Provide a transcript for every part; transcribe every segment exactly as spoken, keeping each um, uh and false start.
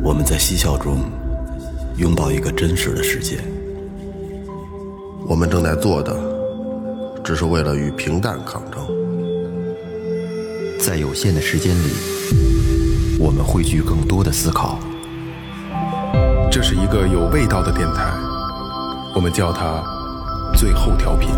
我们在嬉笑中拥抱一个真实的世界。 我们正在做的只是为了与平淡抗争。 在有限的时间里，我们汇聚更多的思考。 这是一个有味道的电台，我们叫它最后调频。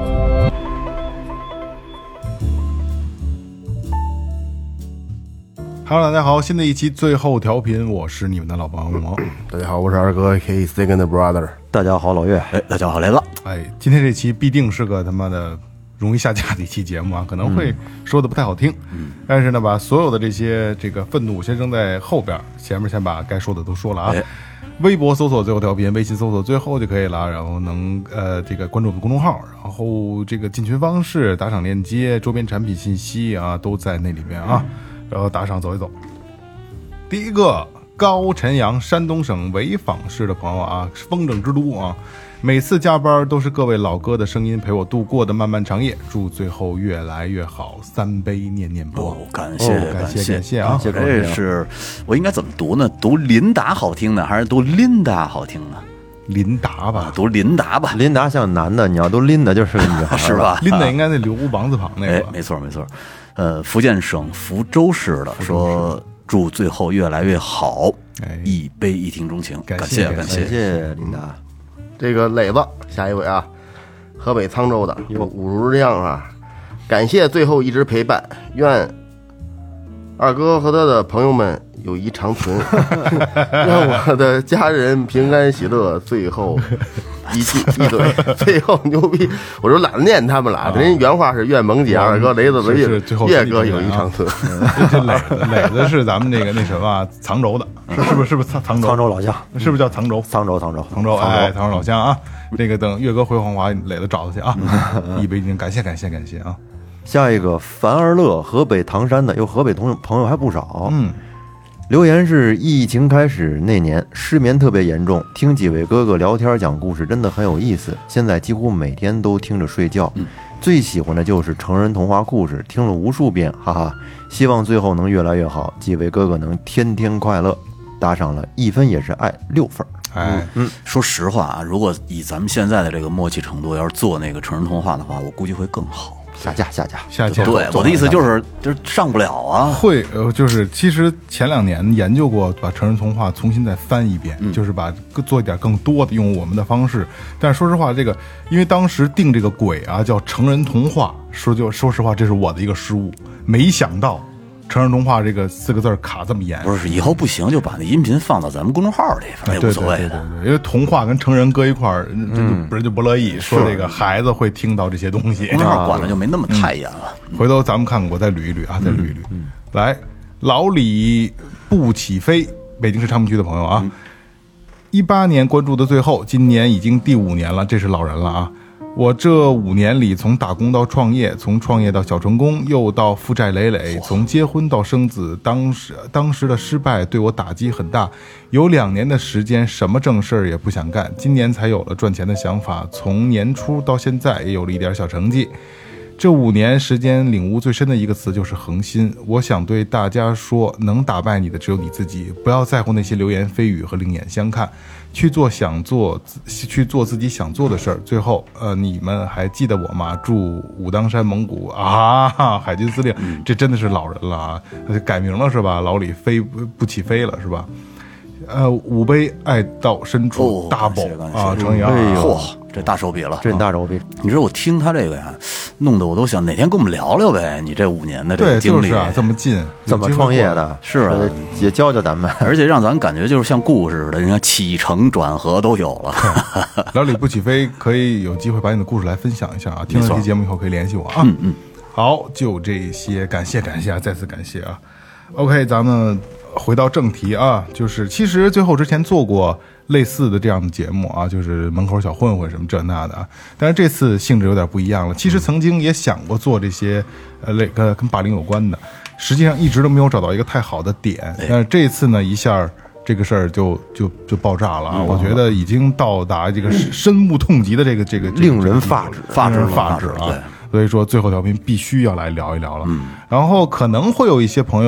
Hello， 大家好，新的一期最后调频，我是你们的老朋友毛。 大家好，我是二哥 K Second Brother。 大家好，老岳。 哎，大家好，雷子。 哎，今天这期必定是个他妈的容易下架的一期节目啊，可能会说的不太好听，嗯，但是呢，把所有的这些这个愤怒先扔在后边，前面先把该说的都说了啊。哎，微博搜索最后调频，微信搜索最后就可以了，然后能呃这个关注我们公众号，然后这个进群方式、打赏链接、周边产品信息啊都在那里面啊。然后打赏走一走。第一个高晨阳，山东省潍坊市的朋友啊，风筝之都啊，每次加班都是各位老哥的声音陪我度过的漫漫长夜，祝最后越来越好，三杯念念不忘。 哦，感谢、 哦、感谢感谢啊！ 这是我应该怎么读呢？读琳达好听呢，还是读琳达好听呢？ 琳达吧， 读琳达吧。 琳达像男的，你要读琳达就是个女孩， 是吧？ 琳达应该那留王字旁那个。 哎，没错没错。呃，福建省福州市的说，祝最后越来越好，哎，一杯一听钟情， 感谢感谢感谢琳达。 这个磊子，下一位啊，河北沧州的有五如这样啊，感谢最后一直陪伴，愿二哥和他的朋友们友谊长存，让我的家人平安喜乐，最后一句一嘴，最后牛逼！我说懒得念他们了，人原话是愿萌姐、二哥、雷子、雷子、岳哥友谊长存。 这磊磊子是咱们那个那什么沧州的，是不是？是不是沧州？ 沧州老乡， 是不是叫沧州？ 沧州，沧州， 沧州，哎，沧州老乡啊！这个等岳哥回黄华，磊子找他去啊！一杯敬，感谢感谢感谢啊！ 下一个樊二乐，河北唐山的，有河北同朋友还不少。 嗯， 留言是疫情开始那年，失眠特别严重，听几位哥哥聊天讲故事真的很有意思，现在几乎每天都听着睡觉。嗯，最喜欢的就是成人童话故事，听了无数遍，哈哈！希望最后能越来越好，几位哥哥能天天快乐。打赏了一分也是爱，六分。 哎， 嗯，说实话啊，如果以咱们现在的这个默契程度，要是做那个成人童话的话，我估计会更好。 下架下架下架！ 对，我的意思就是就是上不了啊。 会呃，就是其实前两年研究过，把成人童话重新再翻一遍，嗯、就是把做一点更多的用我们的方式。但是说实话，这个因为当时定这个轨啊叫成人童话，说就说实话，这是我的一个失误，没想到成人童话这个四个字卡这么严。 不是，以后不行就把那音频放到咱们公众号里，反正也无所谓的。 对对对对，因为童话跟成人搁一块儿，这就不是就不乐意说这个孩子会听到这些东西。 公众号管的就没那么太严了。 嗯、回头咱们看，我再捋一捋啊，再捋一捋。嗯、来，老李不起飞，北京市昌平区的朋友啊，一八、嗯、年关注的最后，今年已经第五年了，这是老人了啊。我这五年里，从打工到创业，从创业到小成功，又到负债累累，从结婚到生子，当时当时的失败对我打击很大。有两年的时间，什么正事儿也不想干，今年才有了赚钱的想法。从年初到现在，也有了一点小成绩。这五年时间，领悟最深的一个词就是恒心。我想对大家说，能打败你的只有你自己，不要在乎那些流言蜚语和另眼相看，去做想做去做自己想做的事儿。最后，呃，你们还记得我吗？祝武当山蒙古啊，海军司令，这真的是老人了啊，改名了是吧？老李飞不起飞了是吧？呃，五杯爱到深处，大宝啊，程阳， 嚯，这大手笔了， 这大手笔。 你知道我听他这个呀，弄得我都想哪天跟我们聊聊呗。你这五年的这个经历， 对，就是啊，这么近， 怎么创业的？ 是啊， 也教教咱们， 而且让咱感觉就是像故事似的，人家起承转合都有了。 老李不起飞，可以有机会把你的故事来分享一下啊。听了这期节目以后可以联系我啊。 嗯嗯， 好，就这些，感谢感谢啊，再次感谢啊。OK， 咱们回到正题啊，就是其实最后之前做过类似的这样的节目啊，就是门口小混混什么这那的啊，但是这次性质有点不一样了。其实曾经也想过做这些呃类跟跟霸凌有关的，实际上一直都没有找到一个太好的点。但是这次呢，一下这个事儿就就就爆炸了啊！我觉得已经到达这个深恶痛疾的这个这个令人发指， 发指发指啊！所以说最后调频必须要来聊一聊了。然后可能会有一些朋友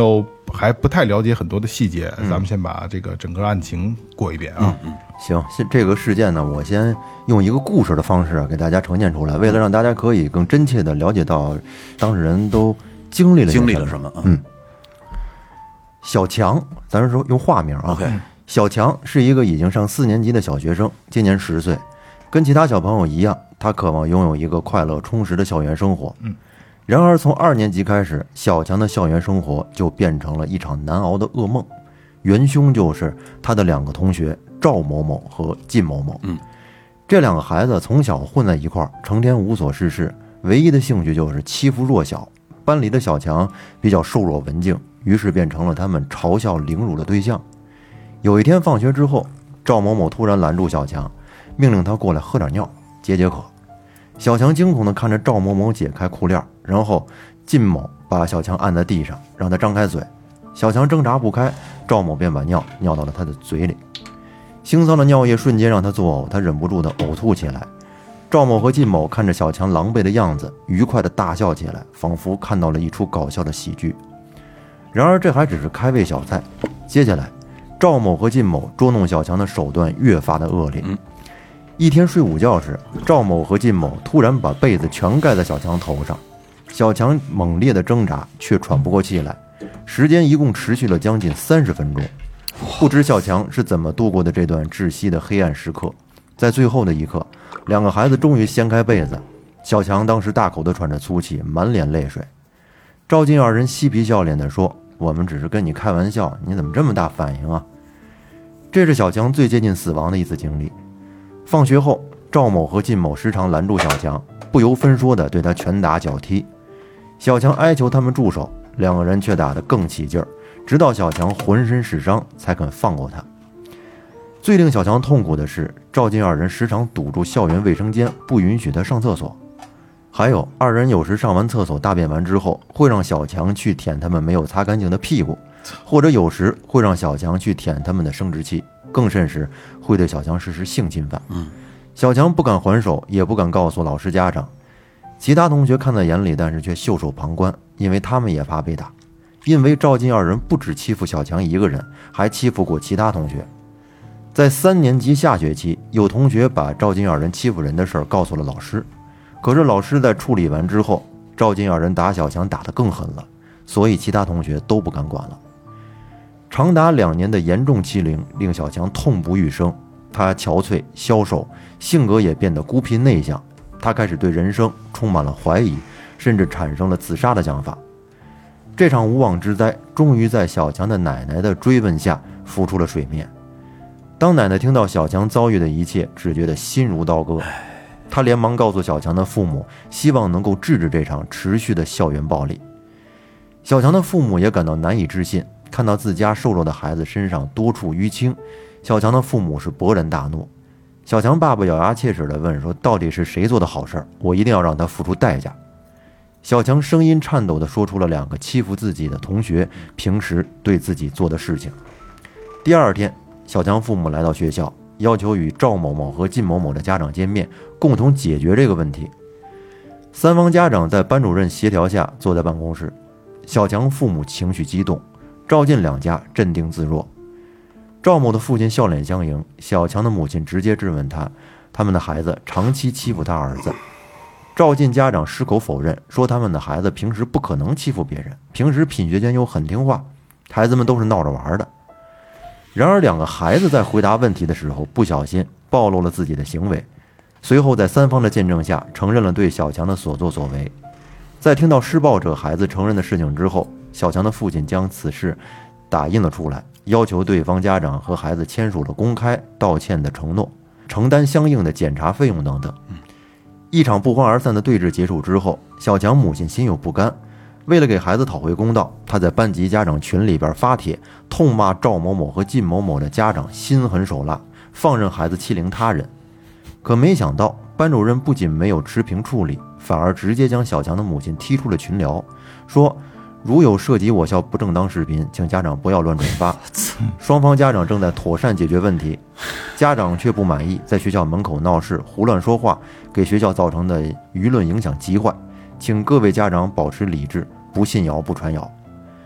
还不太了解很多的细节，咱们先把这个整个案情过一遍啊。 嗯，行，这个事件呢，我先用一个故事的方式啊，给大家呈现出来，为了让大家可以更真切的了解到当事人都经历了经历了什么。 嗯，小强，咱是说用化名啊。 OK， 小强是一个已经上四年级的小学生，今年十岁，跟其他小朋友一样，他渴望拥有一个快乐充实的校园生活。 嗯。 然而，从二年级开始，小强的校园生活就变成了一场难熬的噩梦。元凶就是他的两个同学赵某某和靳某某。 嗯， 这两个孩子从小混在一块儿，成天无所事事，唯一的兴趣就是欺负弱小。班里的小强比较瘦弱文静，于是变成了他们嘲笑凌辱的对象。有一天放学之后，赵某某突然拦住小强，命令他过来喝点尿，解解渴。小强惊恐地看着赵某某解开裤链，然后靳某把小强按在地上，让他张开嘴。小强挣扎不开，赵某便把尿尿到了他的嘴里。腥臊的尿液瞬间让他作呕，他忍不住地呕吐起来。赵某和靳某看着小强狼狈的样子，愉快地大笑起来，仿佛看到了一出搞笑的喜剧。然而这还只是开胃小菜，接下来赵某和靳某捉弄小强的手段越发的恶劣。一天睡午觉时，赵某和靳某突然把被子全盖在小强头上，小强猛烈的挣扎却喘不过气来，时间一共持续了将近三十分钟。不知小强是怎么度过的这段窒息的黑暗时刻。在最后的一刻，两个孩子终于掀开被子，小强当时大口地喘着粗气，满脸泪水。赵靳二人嬉皮笑脸地说：“我们只是跟你开玩笑，你怎么这么大反应啊？”这是小强最接近死亡的一次经历。放学后，赵某和靳某时常拦住小强，不由分说地对他拳打脚踢。小强哀求他们住手，两个人却打得更起劲儿，直到小强浑身是伤才肯放过他。最令小强痛苦的是，赵靳二人时常堵住校园卫生间，不允许他上厕所。还有，二人有时上完厕所大便完之后，会让小强去舔他们没有擦干净的屁股，或者有时会让小强去舔他们的生殖器，更甚时会对小强实施性侵犯。 嗯， 小强不敢还手，也不敢告诉老师家长。其他同学看在眼里，但是却袖手旁观，因为他们也怕被打。因为赵靳二人不只欺负小强一个人，还欺负过其他同学。在三年级下学期，有同学把赵靳二人欺负人的事儿告诉了老师，可是老师在处理完之后，赵靳二人打小强打得更狠了，所以其他同学都不敢管了。长达两年的严重欺凌令小强痛不欲生，他憔悴消瘦，性格也变得孤僻内向，他开始对人生充满了怀疑，甚至产生了自杀的想法。这场无妄之灾终于在小强的奶奶的追问下浮出了水面。当奶奶听到小强遭遇的一切，只觉得心如刀割。她连忙告诉小强的父母，希望能够制止这场持续的校园暴力。小强的父母也感到难以置信，看到自家瘦弱的孩子身上多处淤青，小强的父母是勃然大怒。小强爸爸咬牙切齿地问说：“到底是谁做的好事儿？我一定要让他付出代价。”小强声音颤抖地说出了两个欺负自己的同学平时对自己做的事情。第二天，小强父母来到学校，要求与赵某某和靳某某的家长见面，共同解决这个问题。三方家长在班主任协调下坐在办公室，小强父母情绪激动，赵靳两家镇定自若。赵某的父亲笑脸相迎，小强的母亲直接质问他，他们的孩子长期欺负他儿子。赵靳家长矢口否认，说他们的孩子平时不可能欺负别人，平时品学兼优，很听话，孩子们都是闹着玩的。然而两个孩子在回答问题的时候不小心暴露了自己的行为，随后在三方的见证下承认了对小强的所作所为。在听到施暴者孩子承认的事情之后，小强的父亲将此事打印了出来，要求对方家长和孩子签署了公开道歉的承诺，承担相应的检查费用等等。一场不欢而散的对峙结束之后，小强母亲心有不甘，为了给孩子讨回公道，他在班级家长群里边发帖痛骂赵某某和靳某某的家长心狠手辣，放任孩子欺凌他人。可没想到班主任不仅没有持平处理，反而直接将小强的母亲踢出了群聊，说如有涉及我校不正当视频，请家长不要乱转发。双方家长正在妥善解决问题，家长却不满意，在学校门口闹事胡乱说话，给学校造成的舆论影响极坏，请各位家长保持理智，不信谣不传谣。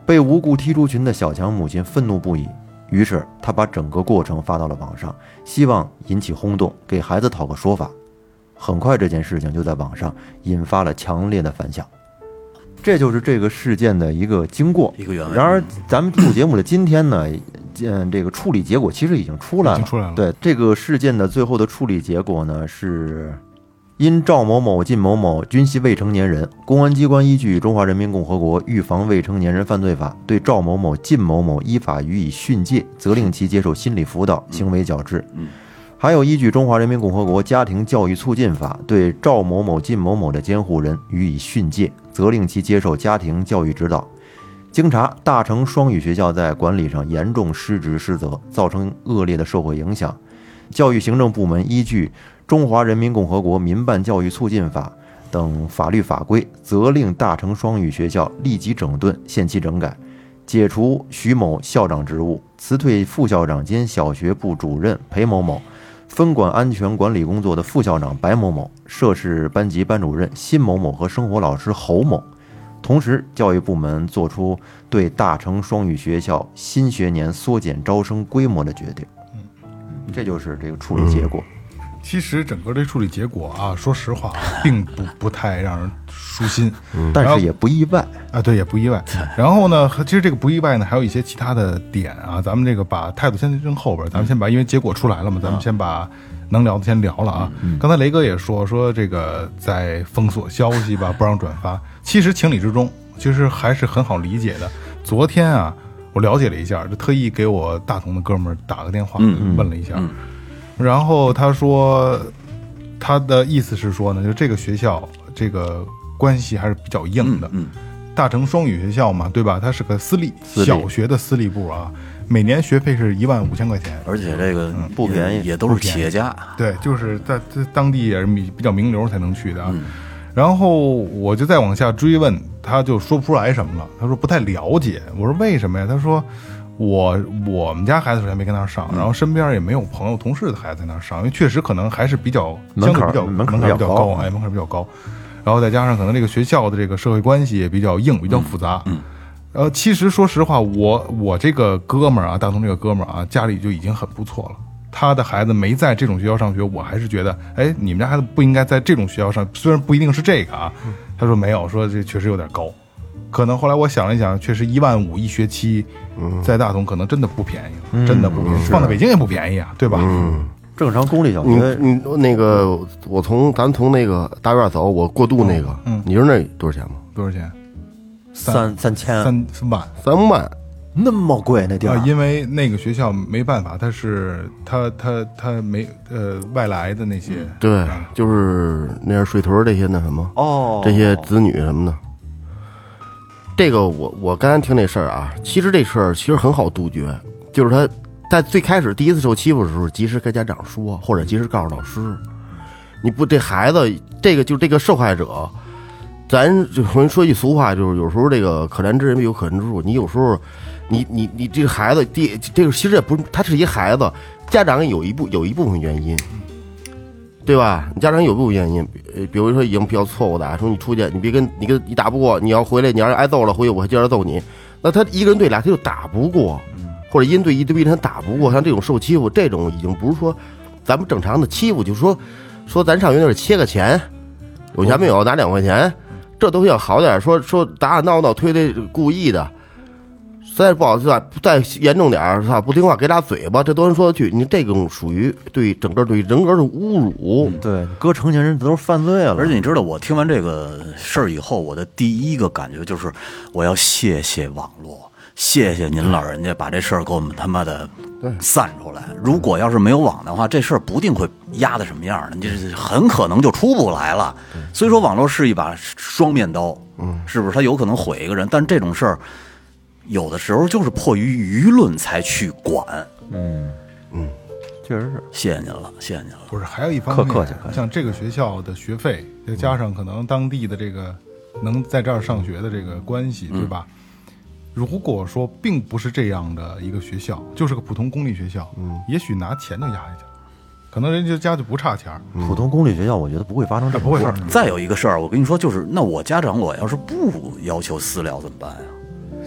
被无故踢出群的小强母亲愤怒不已，于是他把整个过程发到了网上，希望引起轰动，给孩子讨个说法。很快这件事情就在网上引发了强烈的反响，这就是这个事件的一个经过， 一个原委。 然而咱们录节目的今天呢，嗯，这个处理结果其实已经出来了。 已经出来了。 对，这个事件的最后的处理结果呢是，因赵某某、靳某某均系未成年人，公安机关依据《中华人民共和国预防未成年人犯罪法》，对赵某某、靳某某依法予以训诫，责令其接受心理辅导，行为矫治。 嗯。 还有依据《中华人民共和国家庭教育促进法》，对赵某某、靳某某的监护人予以训诫，责令其接受家庭教育指导。经查，大成双语学校在管理上严重失职失责，造成恶劣的社会影响。教育行政部门依据《中华人民共和国民办教育促进法》等法律法规，责令大成双语学校立即整顿，限期整改，解除徐某校长职务，辞退副校长兼小学部主任裴某某，分管安全管理工作的副校长白某某，涉事班级班主任辛某某和生活老师侯某。同时，教育部门作出对大成双语学校新学年缩减招生规模的决定。嗯，这就是这个处理结果。 其实整个这处理结果啊，说实话，并不不太让人舒心， 但是也不意外啊，对，也不意外。然后呢，其实这个不意外呢，还有一些其他的点啊，咱们这个把态度先扔后边，咱们先把，因为结果出来了嘛，咱们先把能聊的先聊了啊。刚才雷哥也说说这个在封锁消息吧，不让转发，其实情理之中，其实还是很好理解的。昨天啊，我了解了一下，就特意给我大同的哥们儿打个电话，问了一下。嗯嗯然后他说，他的意思是说呢，就这个学校这个关系还是比较硬的。嗯，嗯大成双语学校嘛，对吧？它是个私立小学的私立部啊，每年学费是一万五千块钱， 而且这个不便宜， 也都是企业家。 对，就是在在当地也是比较名流才能去的啊。嗯、然后我就再往下追问，他就说不出来什么了。他说不太了解。我说为什么呀？他说。我我们家孩子首先没跟那儿上，然后身边也没有朋友同事的孩子在那儿上，因为确实可能还是比较相对比较门槛比较高，哎，门槛比较高。然后再加上可能这个学校的这个社会关系也比较硬，比较复杂。嗯。呃，其实说实话，我我这个哥们儿啊，大同这个哥们儿啊，家里就已经很不错了。他的孩子没在这种学校上学，我还是觉得，哎，你们家孩子不应该在这种学校上，虽然不一定是这个啊。他说没有，说这确实有点高。可能后来我想了一想，确实一万五一学期，在大同可能真的不便宜了，嗯、真的不便宜，放在北京也不便宜啊，对吧？ 嗯， 正常公立小学， 你你那个，我从咱从那个大院走，我过渡那个，嗯，你说那多少钱吗？ 多少钱？ 三三千， 三三万， 三万， 那么贵那地儿、 啊？因为那个学校没办法，他是他他他没呃外来的那些， 对，啊、就是那样水屯这些那什么哦， 这些子女什么的。这个我我刚才听这事儿啊，其实这事儿其实很好杜绝，就是他在最开始第一次受欺负的时候，及时跟家长说，或者及时告诉老师。你不这孩子，这个就这个受害者，咱就我们说句俗话，就是有时候这个可怜之人必有可恨之处。你有时候，你你你这个孩子，第这个其实也不是，他是一孩子，家长有一部有一部分原因。对吧？你家长有部分原因，比如说已经比较错误的，说你出去，你别跟你跟你打不过，你要回来，你要是挨揍了，回去我还接着揍你。那他一个人对俩他就打不过，或者一对一对一他打不过，像这种受欺负，这种已经不是说咱们正常的欺负，就是说说咱上学那是切个钱，有钱没有拿两块钱，这都要好点。说说打打闹闹推推故意的。再不好是吧？再严重点是吧？不听话给俩嘴巴，这都能说得去。你这种属于对整个对人格的侮辱。 嗯、对，搁成年人都是犯罪了。 而且你知道，我听完这个事儿以后，我的第一个感觉就是，我要谢谢网络，谢谢您老人家把这事儿给我们他妈的散出来。如果要是没有网的话，这事儿不定会压的什么样的，你这很可能就出不来了。所以说，网络是一把双面刀，嗯，是不是？它有可能毁一个人，但这种事儿。有的时候就是迫于舆论才去管， 嗯嗯，确实是。 谢谢您了，谢谢您了。 不是，还有一方面， 客气， 像这个学校的学费，再加上可能当地的这个能在这儿上学的这个关系，对吧？如果说并不是这样的一个学校，就是个普通公立学校，嗯，也许拿钱就压下去了，可能人家家就不差钱。 普通公立学校，我觉得不会发生这不会事儿。 再有一个事儿，我跟你说，就是那我家长我要是不要求私聊怎么办呀？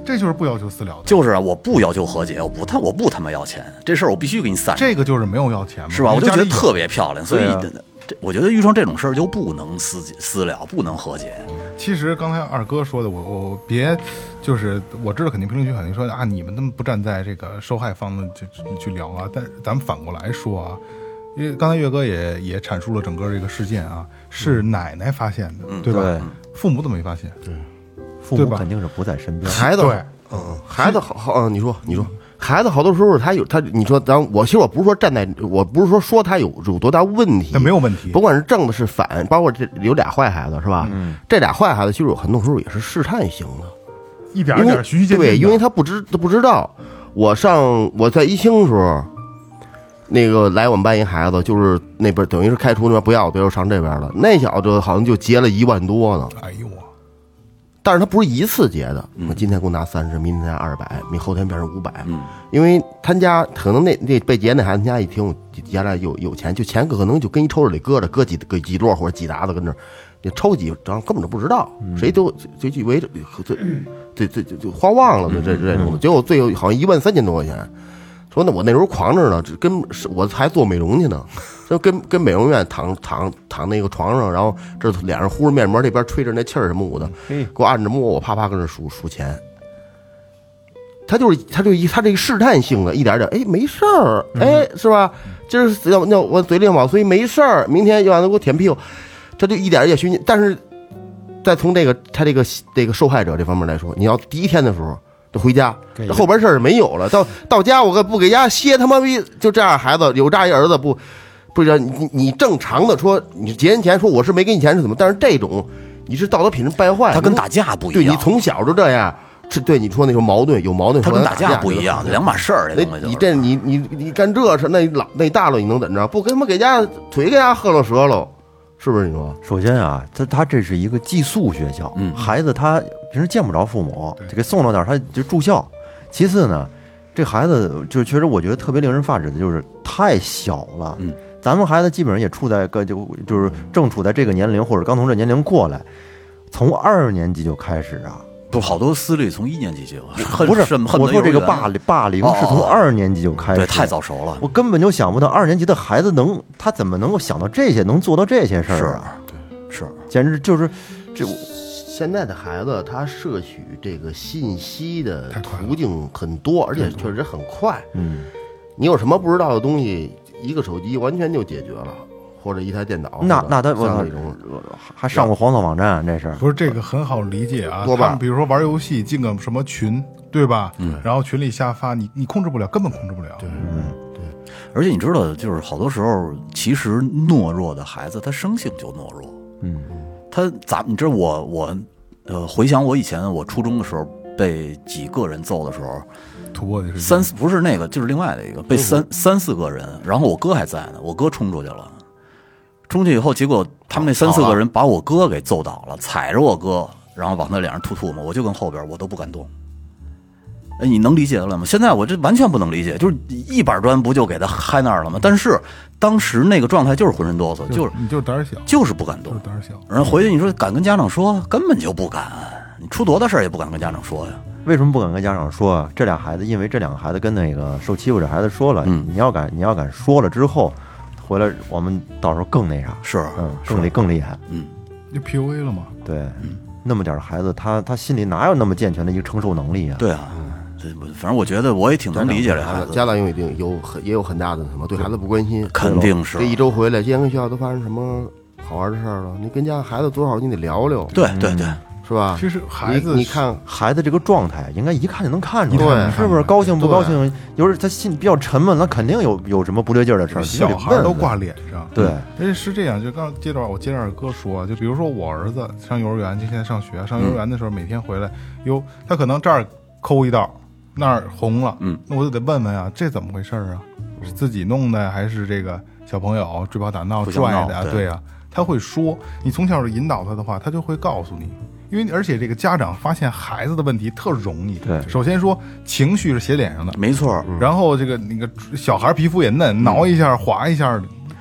这就是不要求私了的， 就是啊，我不要求和解，我不他我不他妈要钱，这事儿我必须给你散。 这个就是没有要钱嘛， 是吧？我就觉得特别。 别漂亮，所以这我觉得遇上这种事儿就不能私私了，不能和解。 其实刚才二哥说的，我我别就是我知道肯定评论区肯定说啊，你们那么不站在这个受害方的去去聊啊，但咱们反过来说啊，因为刚才岳哥也也阐述了整个这个事件啊，是奶奶发现的， 嗯、 对吧？ 对， 父母都没发现， 对，父母肯定是不在身边。 孩子， 对， 嗯，孩子好好，嗯，你说，你说。孩子好多时候他有他，你说咱我其实我不是说站在，我不是说说他有有多大问题， 他没有问题， 不管是正的是反，包括这有俩坏孩子是吧？嗯，这俩坏孩子其实有很多时候也是试探型的， 一点一点循序渐进。 对，因为他不知他不知道，我上我在一清的时候，那个来我们班一孩子，就是那边等于是开除那边不要，别说上这边了，那小子好像就结了一万多呢。 哎呦我。 但是他不是一次结的，我今天给我拿三十，明天拿二百，明后天变成五百。 嗯， 因为他家可能那那被结那孩子家一听家里有有钱，就钱可能就跟一抽屉里搁着，搁几搁几摞或者几沓子跟那儿，你抽几张根本就不知道，谁都就以为这这这这这花忘了的这这种，结果最后好像一万三千多块钱。说那我那时候狂着呢，跟我还做美容去呢，就跟跟美容院躺躺躺那个床上，然后这脸上糊着面膜，那边吹着那气儿什么的，给我按着摸，我啪啪跟这数数钱。他就是他就一他这个试探性的，一点点，哎，没事儿，哎，是吧？今儿要要我嘴里往，所以没事儿，明天又让他给我舔屁股，他就一点一点循序。但是再从这个他这个这个受害者这方面来说，你要第一天的时候。回家，这后边事儿没有了。到到家，我可不给家歇他妈逼，就这样孩子有这样一儿子不，不知道你你正常的说，你结人钱说我是没给你钱是怎么？但是这种你是道德品质败坏， 他跟打架不一样。 对你从小就这样，这对你说那种矛盾有矛盾， 他跟打架不一样，两码事儿。 那你这你你你干这事，那老那大了你能怎着？不跟他妈给家腿给家喝了折喽？是不是？你说， 首先啊，他他这是一个寄宿学校， 嗯， 孩子他平时见不着父母，就给送到那儿，他就住校。其次呢，这孩子就确实我觉得特别令人发指的，就是太小了。 嗯， 咱们孩子基本上也处在个就就是正处在这个年龄，或者刚从这年龄过来，从二年级就开始啊。 不，好多私立从一年级就不是，我说这个霸凌霸凌是从二年级就开始， 对，太早熟了。 我根本就想不到二年级的孩子能，他怎么能够想到这些，能做到这些事儿啊？ 是，是， 简直就是这。 现在的孩子他摄取这个信息的途径很多，而且确实很快。 嗯， 你有什么不知道的东西，一个手机完全就解决了。或者一台电脑， 那那他我还上过黄色网站，这是不是这个很好理解啊？他们比如说玩游戏进个什么群，对吧？嗯，然后群里瞎发，你你控制不了，根本控制不了。 对， 嗯， 对。 而且你知道，就是好多时候，其实懦弱的孩子，他生性就懦弱。 嗯， 他咋？你知道我我呃，回想我以前我初中的时候被几个人揍的时候。 突破的是三四不是那个，就是另外的一个，被三三四个人，然后我哥还在呢，我哥冲出去了。冲去以后，结果他们那三四个人把我哥给揍倒了，踩着我哥，然后往他脸上吐吐沫，我就跟后边我都不敢动。哎，你能理解得了吗？现在我这完全不能理解，就是一板砖不就给他嗨那儿了吗？但是当时那个状态就是浑身哆嗦，就是你就是胆小， 就是不敢动， 就是胆小。 然后回去你说敢跟家长说，根本就不敢，你出多大事儿也不敢跟家长说呀。 为什么不敢跟家长说啊？这俩孩子，因为这两个孩子跟那个受欺负这孩子说了， 嗯、 你要敢，你要敢说了之后。回来，我们到时候更那啥， 是， 嗯，更厉更厉害， 嗯， 你 P U A 了吗？ 对，嗯、那么点孩子，他他心里哪有那么健全的一个承受能力啊？ 对啊，这反正我觉得我也挺能理解这孩子， 家长有一定有很也有很大的什么对孩子不关心， 肯定是。 这一周回来，今天跟学校都发生什么好玩的事儿了？你跟家孩子多少你得聊聊， 对对对。 是吧？ 其实孩子， 你看孩子这个状态，应该一看就能看出来， 是不是高兴不高兴？有时他心比较沉闷，那肯定有有什么不对劲儿的事儿。 小孩都挂脸上， 对， 而且是这样。就刚接着我接着二哥说，就比如说我儿子上幼儿园，就现在上学，上幼儿园的时候，每天回来，哟，他可能这儿抠一道，那儿红了， 嗯， 那我就得问问啊，这怎么回事啊？是自己弄的，还是这个小朋友追跑打闹拽的啊？对啊，他会说，你从小引导他的话，他就会告诉你。因为而且这个家长发现孩子的问题特容易， 对， 首先说情绪是写脸上的， 没错， 然后这个那个小孩皮肤也嫩，挠一下划一下，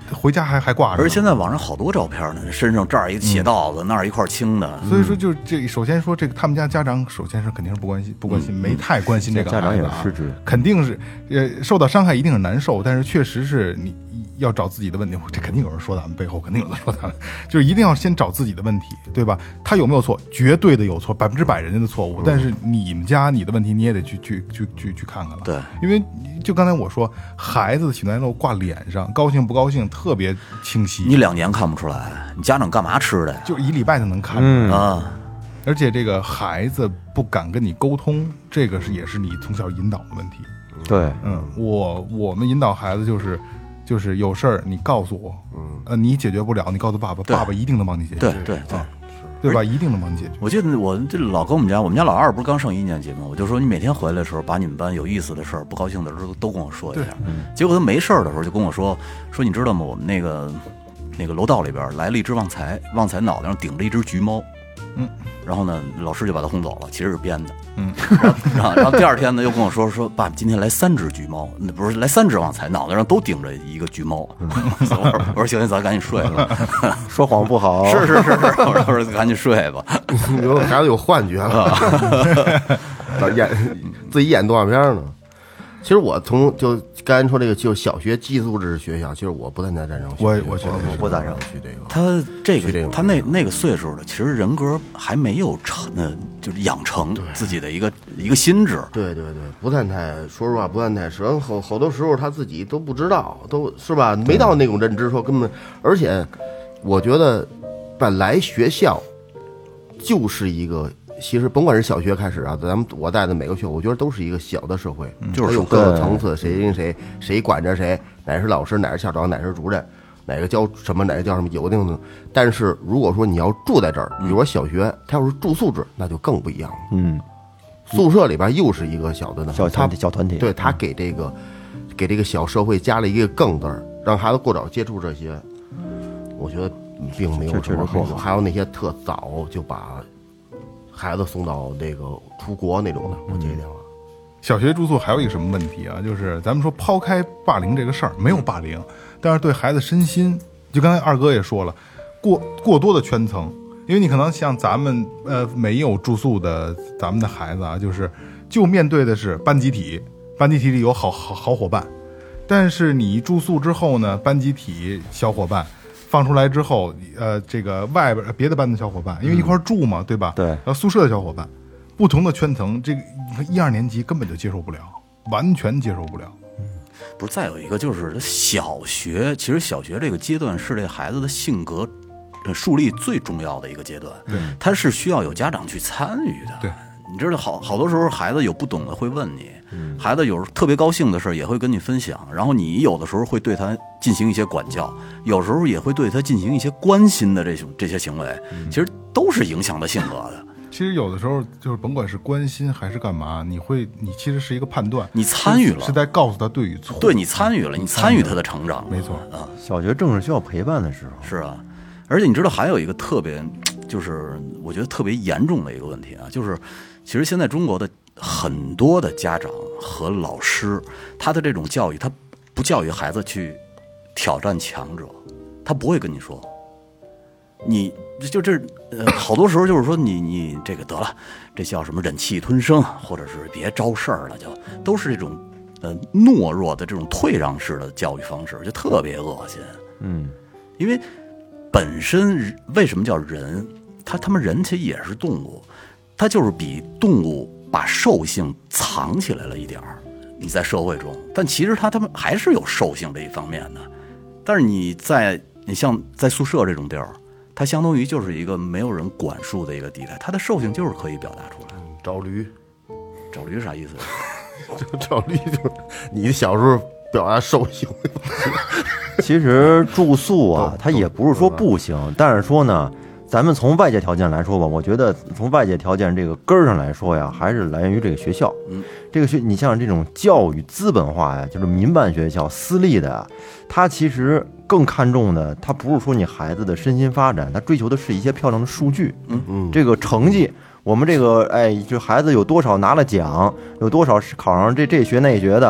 回家还还挂着呢。 而且现在网上好多照片呢，身上这儿一血道子，那儿一块青的。 所以说，就这首先说这个他们家家长首先是肯定是不关心，不关心，没太关心这个孩子、啊。 家长也是失职， 肯定是呃受到伤害一定是难受，但是确实是你要找自己的问题。这肯定有人说咱们背后，肯定有人说咱们，就是一定要先找自己的问题，对吧？他有没有错？绝对的有错，百分之百人家的错误。但是你们家你的问题，你也得去去去去去看看了。 对， 因为就刚才我说，孩子的喜怒哀乐挂脸上，高兴不高兴特别清晰。 你两年看不出来，你家长干嘛吃的呀？ 就一礼拜就能看出来、 嗯、 啊。 而且这个孩子不敢跟你沟通，这个是也是你从小引导的问题。 对， 嗯，我我们引导孩子就是，就是有事儿你告诉我，嗯，呃，你解决不了，你告诉爸爸，爸爸一定能帮你解决。 对对对， 啊、对吧？一定能帮你解决。 我记得我这老跟我们家，我们家老二不是刚上一年级吗？我就说你每天回来的时候，把你们班有意思的事儿、不高兴的时候都跟我说一下。嗯、结果他没事儿的时候就跟我说，说你知道吗？我们那个那个楼道里边来了一只旺财，旺财脑袋上顶着一只橘猫。嗯，然后呢，老师就把他轰走了，其实是编的。嗯，然后然后第二天呢，又跟我说说，爸，今天来三只橘猫，那不是来三只旺财，脑袋上都顶着一个橘猫。嗯、我说我说行行，咱赶紧睡了。 说谎不好。 是是是是，我说赶紧睡吧。 有孩子有幻觉了，演自己演动画片呢。其实我从就刚才说这个，就小学寄宿制学校，其实我不太赞成。 我我觉得我不赞成去这个。 他这个他那那个岁数的，其实人格还没有成，呃，就是养成自己的一个一个心智。 对对对，不太太，说实话不太太实。好好多时候他自己都不知道，都是吧？没到那种认知说根本，而且我觉得本来学校就是一个。其实甭管是小学开始啊，咱们我带的每个学，我觉得都是一个小的社会，嗯、就是有各个层次，谁跟谁，谁管着谁，哪是老师，哪是校长，哪是主任，哪个教什么，哪个教什么，有定的。但是如果说你要住在这儿，比如说小学，它要是住宿制，那就更不一样了。嗯，宿舍里边又是一个小的呢， 小团体，小团体， 对他给这个给这个小社会加了一个更字儿，让孩子过早接触这些，我觉得并没有什么好处。还有那些特早就把孩子送到那个出国那种的，我接电话。 小学住宿还有一个什么问题啊？就是咱们说抛开霸凌这个事儿，没有霸凌，但是对孩子身心，就刚才二哥也说了，过过多的圈层，因为你可能像咱们呃没有住宿的咱们的孩子啊，就是就面对的是班集体，班集体里有好好好伙伴，但是你住宿之后呢，班集体小伙伴。放出来之后，呃，这个外边别的班的小伙伴，因为一块住嘛，嗯、对吧？ 对。 然后宿舍的小伙伴，不同的圈层，这个你看一二年级根本就接受不了，完全接受不了。 嗯，不是，再有一个就是小学，其实小学这个阶段是这孩子的性格树立最重要的一个阶段，对，他是需要有家长去参与的。 对， 你知道，好好多时候孩子有不懂的会问你。孩子有时候特别高兴的事也会跟你分享，然后你有的时候会对他进行一些管教，有时候也会对他进行一些关心的这种这些行为，其实都是影响他性格的。 其实有的时候就是甭管是关心还是干嘛，你会你其实是一个判断， 你参与了， 是在告诉他对与错。 对，你参与了，你参与他的成长， 没错啊。 小学正是需要陪伴的时候。 是啊，而且你知道还有一个特别，就是我觉得特别严重的一个问题啊，就是其实现在中国的。很多的家长和老师，他的这种教育，他不教育孩子去挑战强者，他不会跟你说，你就这呃，好多时候就是说你你这个得了，这叫什么忍气吞声，或者是别招事儿了，就都是这种呃懦弱的这种退让式的教育方式，就特别恶心。嗯，因为本身为什么叫人？他他们人其实也是动物，他就是比动物。把兽性藏起来了一点儿，你在社会中，但其实他他们还是有兽性这一方面的。但是你在你像在宿舍这种地儿，它相当于就是一个没有人管束的一个地带，它的兽性就是可以表达出来。 找驴， 找驴啥意思？ 找驴就是你小时候表达兽性。 其实住宿啊，它也不是说不行，但是说呢。咱们从外界条件来说吧，我觉得从外界条件这个根儿上来说呀，还是来源于这个学校。嗯，这个学你像这种教育资本化呀，就是民办学校、私立的啊，它其实更看重的，它不是说你孩子的身心发展，它追求的是一些漂亮的数据。嗯嗯，这个成绩，我们这个哎，就孩子有多少拿了奖，有多少考上这这学那学的。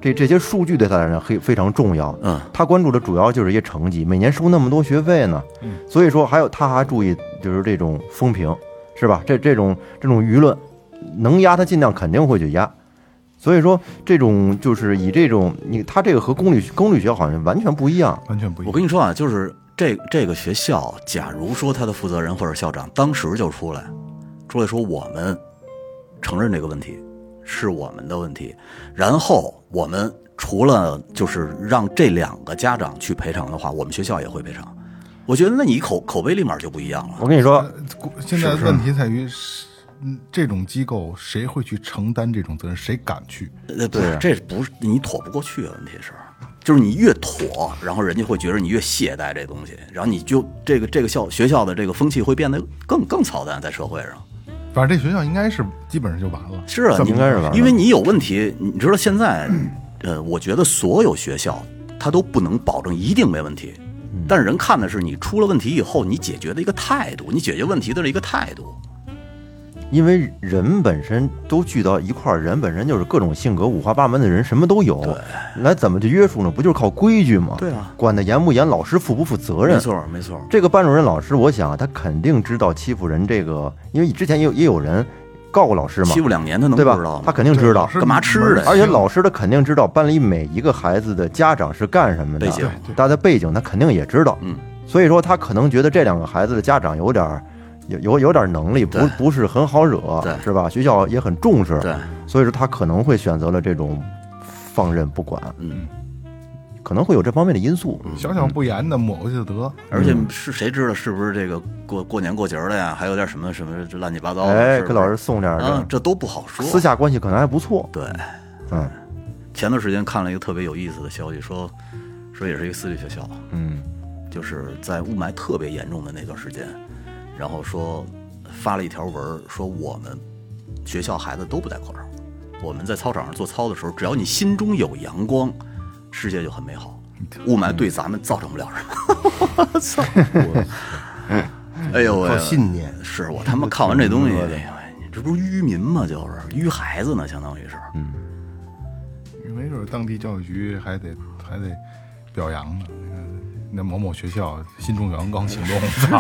这这些数据对他来讲非非常重要。 嗯， 他关注的主要就是一些成绩，每年收那么多学费呢， 嗯， 所以说还有他还注意就是这种风评，是吧？这这种这种舆论能压他尽量肯定会去压。所以说，这种就是以这种你，他这个和公立公立学校好像完全不一样， 完全不一样。 我跟你说啊，就是这这个学校，假如说他的负责人或者校长当时就出来，出来说我们承认这个问题是我们的问题，然后我们除了就是让这两个家长去赔偿的话，我们学校也会赔偿。我觉得那你口口碑立马就不一样了。 我跟你说， 现在问题在于是。嗯，这种机构谁会去承担这种责任？谁敢去？ 呃，对、啊，这不是你妥不过去啊。问题是，就是你越妥，然后人家会觉得你越懈怠这东西，然后你就这个这个校学校的这个风气会变得更更操蛋在社会上。 反正这学校应该是基本上就完了。 是啊， 应该是完了， 因为你有问题。你知道现在，呃，我觉得所有学校它都不能保证一定没问题，但是人看的是你出了问题以后你解决的一个态度，你解决问题的一个态度。 因为人本身都聚到一块儿，人本身就是各种性格五花八门的人，什么都有。来怎么去约束呢？不就是靠规矩吗？ 对啊， 管得严不严，老师负不负责任？ 没错，没错。 这个班主任老师，我想他肯定知道欺负人这个，因为之前也有也有人告过老师嘛， 欺负两年他能不知道吗？ 他肯定知道， 干嘛吃的？ 而且老师他肯定知道班里每一个孩子的家长是干什么的， 背景， 他的背景他肯定也知道。 嗯， 所以说他可能觉得这两个孩子的家长有点。有有有点能力，不不是很好惹，是吧？学校也很重视， 对， 所以说他可能会选择了这种放任不管， 嗯， 可能会有这方面的因素。 小小不严的抹过去就得， 而且是谁知道是不是这个过过年过节的呀？还有点什么什么乱七八糟的， 哎，给老师送点的、 嗯，这都不好说。 私下关系可能还不错， 对， 嗯。 前段时间看了一个特别有意思的消息，说说也是一个私立学校， 嗯， 就是在雾霾特别严重的那段时间。然后说发了一条文，说我们学校孩子都不戴口罩，我们在操场上做操的时候，只要你心中有阳光，世界就很美好。雾霾对咱们造成不了什么。我操！哎呦喂， 靠信念！ 是我他妈看完这东西，哎呀，你这不是愚民吗？就是愚孩子呢，相当于是。 嗯， 没准当地教育局还得还得表扬呢。那某某学校心中有阳光行动，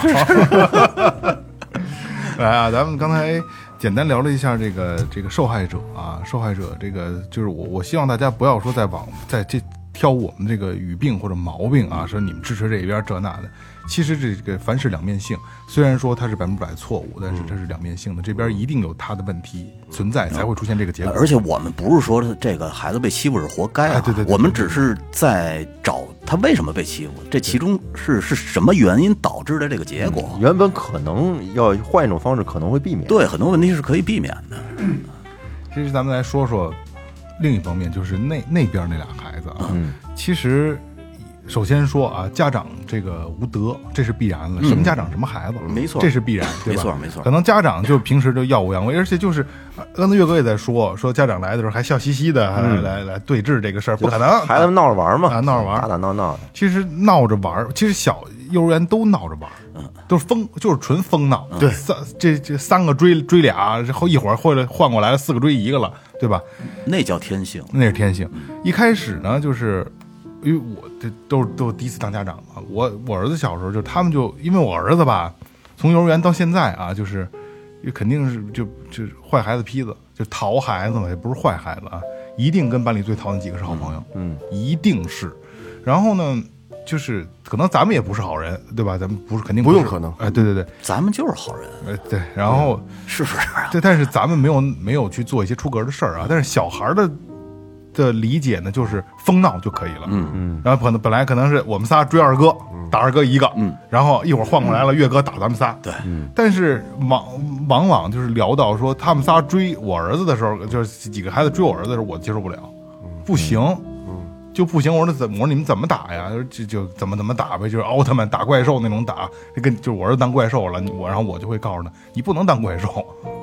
来啊！咱们刚才简单聊了一下这个这个受害者啊，受害者这个就是我，我希望大家不要说在网在这挑我们这个语病或者毛病啊，说你们支持这边这那的。其实这个凡事两面性，虽然说它是百分之百错误，但是它是两面性的，这边一定有它的问题存在，才会出现这个结果。 而且我们不是说这个孩子被欺负是活该啊， 哎、对, 对, 对, 对， 我们只是在找他为什么被欺负，这其中是是什么原因导致的这个结果。 原本可能要换一种方式，可能会避免。 对，很多问题是可以避免的。 嗯、其实咱们来说说另一方面，就是那那边那俩孩子啊， 嗯， 其实。首先说啊，家长这个无德，这是必然的。什么家长什么孩子， 嗯、没错， 这是必然，对吧？ 没错，没错。 可能家长就平时就耀武扬威，而且就是刚才岳哥也在说，说家长来的时候还笑嘻嘻的， 嗯、 来来来对峙这个事儿，不可能。 孩子们闹着玩嘛， 啊，闹着玩， 打打闹闹的。 其实闹着玩，其实小幼儿园都闹着玩， 嗯， 都是疯，就是纯疯闹。 嗯、 对，三这这三个追追俩，然后一会儿或者换过来了，四个追一个了，对吧？ 那叫天性， 那是天性。一开始呢，就是。因为我这都是都第一次当家长嘛，我我儿子小时候就他们就因为我儿子吧，从幼儿园到现在啊，就是肯定是就就坏孩子坯子，就淘孩子嘛，也不是坏孩子啊，一定跟班里最淘的几个是好朋友， 嗯， 一定是。然后呢，就是可能咱们也不是好人，对吧？咱们不是肯定不用可能， 哎，对对对， 咱们就是好人， 哎对，然后、 嗯、是不是、啊？ 对，但是咱们没有没有去做一些出格的事儿啊，但是小孩的。的理解呢，就是疯闹就可以了。 嗯嗯， 然后可能本来可能是我们仨追二哥，嗯、打二哥一个， 嗯， 然后一会儿换过来了，岳哥打咱们仨。 对， 嗯。但是往往往就是聊到说他们仨追我儿子的时候，就是几个孩子追我儿子的时候，我接受不了，不行，嗯，就不行。我说怎么？我说你们怎么打呀？就就怎么怎么打呗，就是奥特曼打怪兽那种打，跟就是我儿子当怪兽了，我然后我就会告诉他，你不能当怪兽。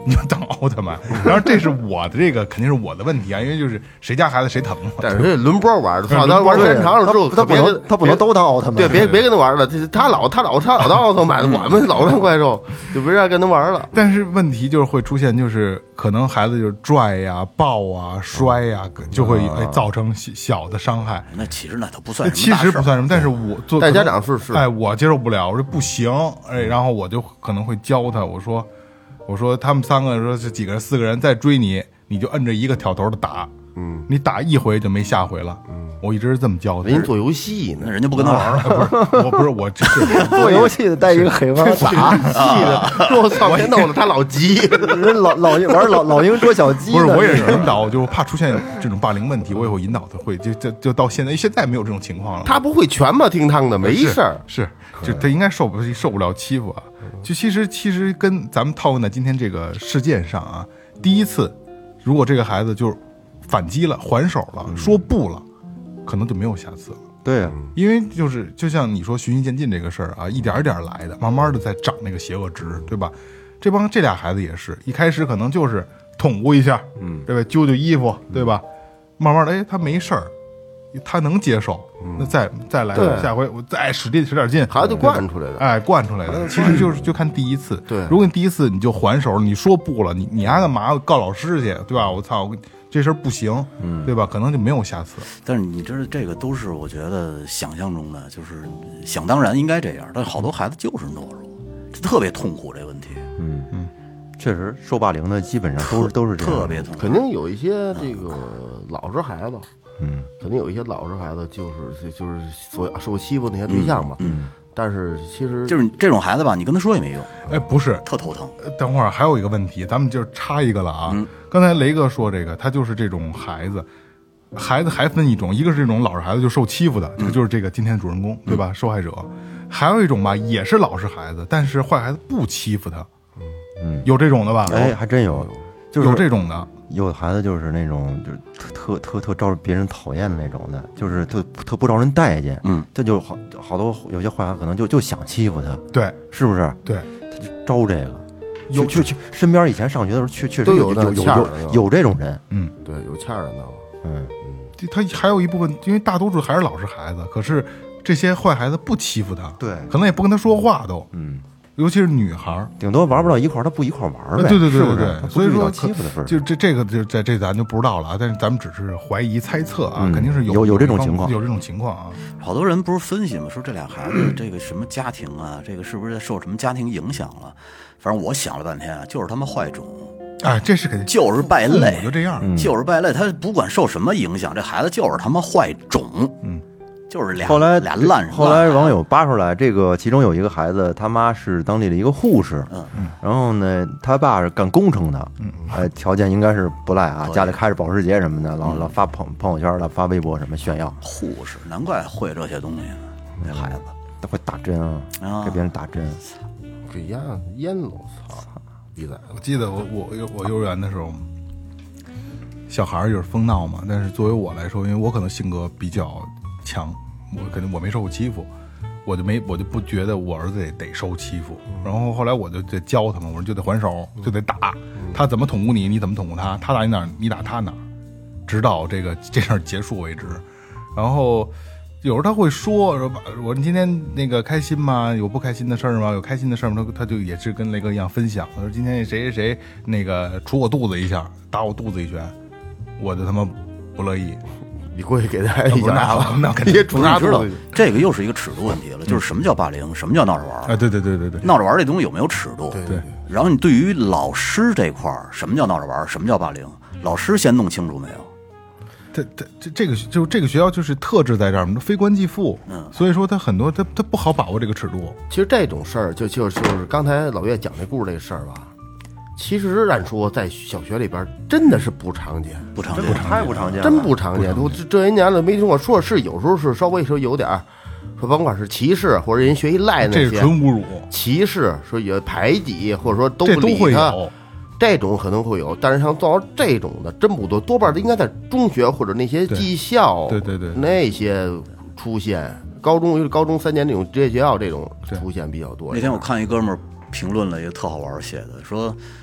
你就当奥特曼。然后这是我的这个肯定是我的问题啊，因为就是谁家孩子谁疼嘛。 但是这轮播玩，他他玩时间长了之后， 他不能他不能都当奥特曼， 对，别别跟他玩了，他老他老他老当奥特曼，我们老当怪兽，就别让跟他玩了。 但是问题就是会出现，就是可能孩子就拽呀、抱啊、摔呀，就会哎造成小的伤害。 那其实那都不算什么其大事儿， 实不算什么，但是我做但家长是是哎，我接受不了，我说不行，哎，然后我就可能会教他，我说我说他们三个说是几个人四个人在追你，你就摁着一个挑头的打，嗯，你打一回就没下回了，嗯，我一直是这么教的。 人家做游戏呢， 那人家不跟他玩了， 不是我不是我这是做游戏的带一个黑帮打， 气的，我操，别弄得他老急。 人老老玩老老鹰捉小鸡， 不是我也是引导，就怕出现这种霸凌问题，我也会引导他会就就就到现在现在没有这种情况了。 他不会全吧听汤的，没事儿， 是就他应该受不受不了欺负啊。就其实其实跟咱们套用在今天这个事件上啊，第一次如果这个孩子就是反击了还手了说不了，可能就没有下次了。 对啊， 因为就是就像你说循序渐进这个事儿啊，一点一点来的，慢慢的在长那个邪恶值，对吧？这帮这俩孩子也是一开始可能就是捅咕一下，嗯，对吧？揪揪衣服，对吧？慢慢的，哎，他没事儿，他能接受，那再再来下回我再使劲使点劲， 孩子惯出来的， 哎，惯出来的。其实就是就看第一次， 对， 如果你第一次你就还手，你说不了，你你还干嘛告老师去，对吧？我操！这事儿不行，嗯，对吧？可能就没有下次。 但是你知道，这个都是我觉得想象中的，就是想当然应该这样。但好多孩子就是懦弱，特别痛苦这个问题。 嗯嗯，确实受霸凌的基本上都是都是这样， 特别痛苦。 肯定有一些这个老实孩子，嗯，肯定有一些老实孩子就是就是所受欺负那些对象嘛，嗯。但是其实就是这种孩子吧，你跟他说也没用。 哎，不是， 特头疼。 等会儿还有一个问题，咱们就插一个了啊。嗯、刚才雷哥说这个，他就是这种孩子，孩子还分一种，一个是这种老实孩子就受欺负的，这、嗯、就是这个今天的主人公，对吧？嗯、受害者。还有一种吧，也是老实孩子，但是坏孩子不欺负他。嗯，有这种的吧？ 哎，还真有，就是有这种的。 有的孩子就是那种就是特特特招别人讨厌的那种的，就是特特不招人待见。嗯，这就好好多有些坏孩子可能就就想欺负他， 对， 是不是？ 对， 他就招这个。有去去身边以前上学的时候，确确实有有有有有这种人。 嗯， 对，有欠儿的呢。 嗯嗯，他还有一部分，因为大多数还是老实孩子，可是这些坏孩子不欺负他， 对， 可能也不跟他说话都。嗯。尤其是女孩， 顶多玩不到一块儿，他不一块儿玩呗。 对对对对对， 所以说欺负的份儿， 就这这个就在这咱就不知道了啊。但是咱们只是怀疑猜测啊， 嗯、 肯定是有有有这种情况， 有这种情况啊。 好多人不是分析吗？说这俩孩子这个什么家庭啊，这个是不是受什么家庭影响了？反正我想了半天啊，就是他妈坏种。 哎，这是肯定就是败类， 就这样， 嗯、就是败类。他不管受什么影响，这孩子就是他妈坏种。嗯。就是俩后来俩烂， 后来网友扒出来，这个其中有一个孩子，他妈是当地的一个护士，嗯嗯，然后呢，他爸是干工程的，嗯，哎，条件应该是不赖啊，家里开着保时捷什么的，老老发朋朋友圈了，发微博什么炫耀。 护士难怪会这些东西呢，那孩子他会打针啊，给别人打针， 给烟烟了，操，逼崽子！ 我记得我我我幼儿园的时候，小孩就是疯闹嘛，但是作为我来说，因为我可能性格比较强，我肯定我没受过欺负，我就没我就不觉得我儿子得得受欺负。然后后来我就得教他们，我说就得还手，就得打，他怎么捅咕你，你怎么捅咕他，他打你哪儿，你打他哪儿，直到这个这事儿结束为止。然后有时候他会说说我你今天那个开心吗？有不开心的事儿吗？有开心的事儿吗？他他就也是跟雷哥一样分享，他说今天谁谁谁那个杵我肚子一下，打我肚子一拳，我就他妈不乐意。 你过去给他一脚打了，那肯定主要知道这个又是一个尺度问题了，嗯、就是什么叫霸凌，什么叫闹着玩儿？ 啊，对对对对对， 闹着玩儿这东西有没有尺度？ 对对。 然后你对于老师这块儿，什么叫闹着玩儿，什么叫霸凌？老师先弄清楚没有？ 这这这这个就这个学校就是特质在这儿，非官即富，嗯，所以说他很多他他不好把握这个尺度。 其实这种事儿就就就是刚才老岳讲这故事这事儿吧。其实按说在小学里边真的是不常见， 不常见， 太不常见了， 真不常见。都这些年了没听过，说是有时候是稍微说有点说甭管是歧视或者人学习赖那些， 这是纯侮辱。 歧视说有排挤或者说都不理他， 这都会有， 这种可能会有，但是像做到这种的真不多，多半的应该在中学或者那些技校， 对对 对, 对那些出现。高中因为高中三年那种职业学校这种出现比较多。 那天我看一哥们儿评论了一个特好玩写的，说。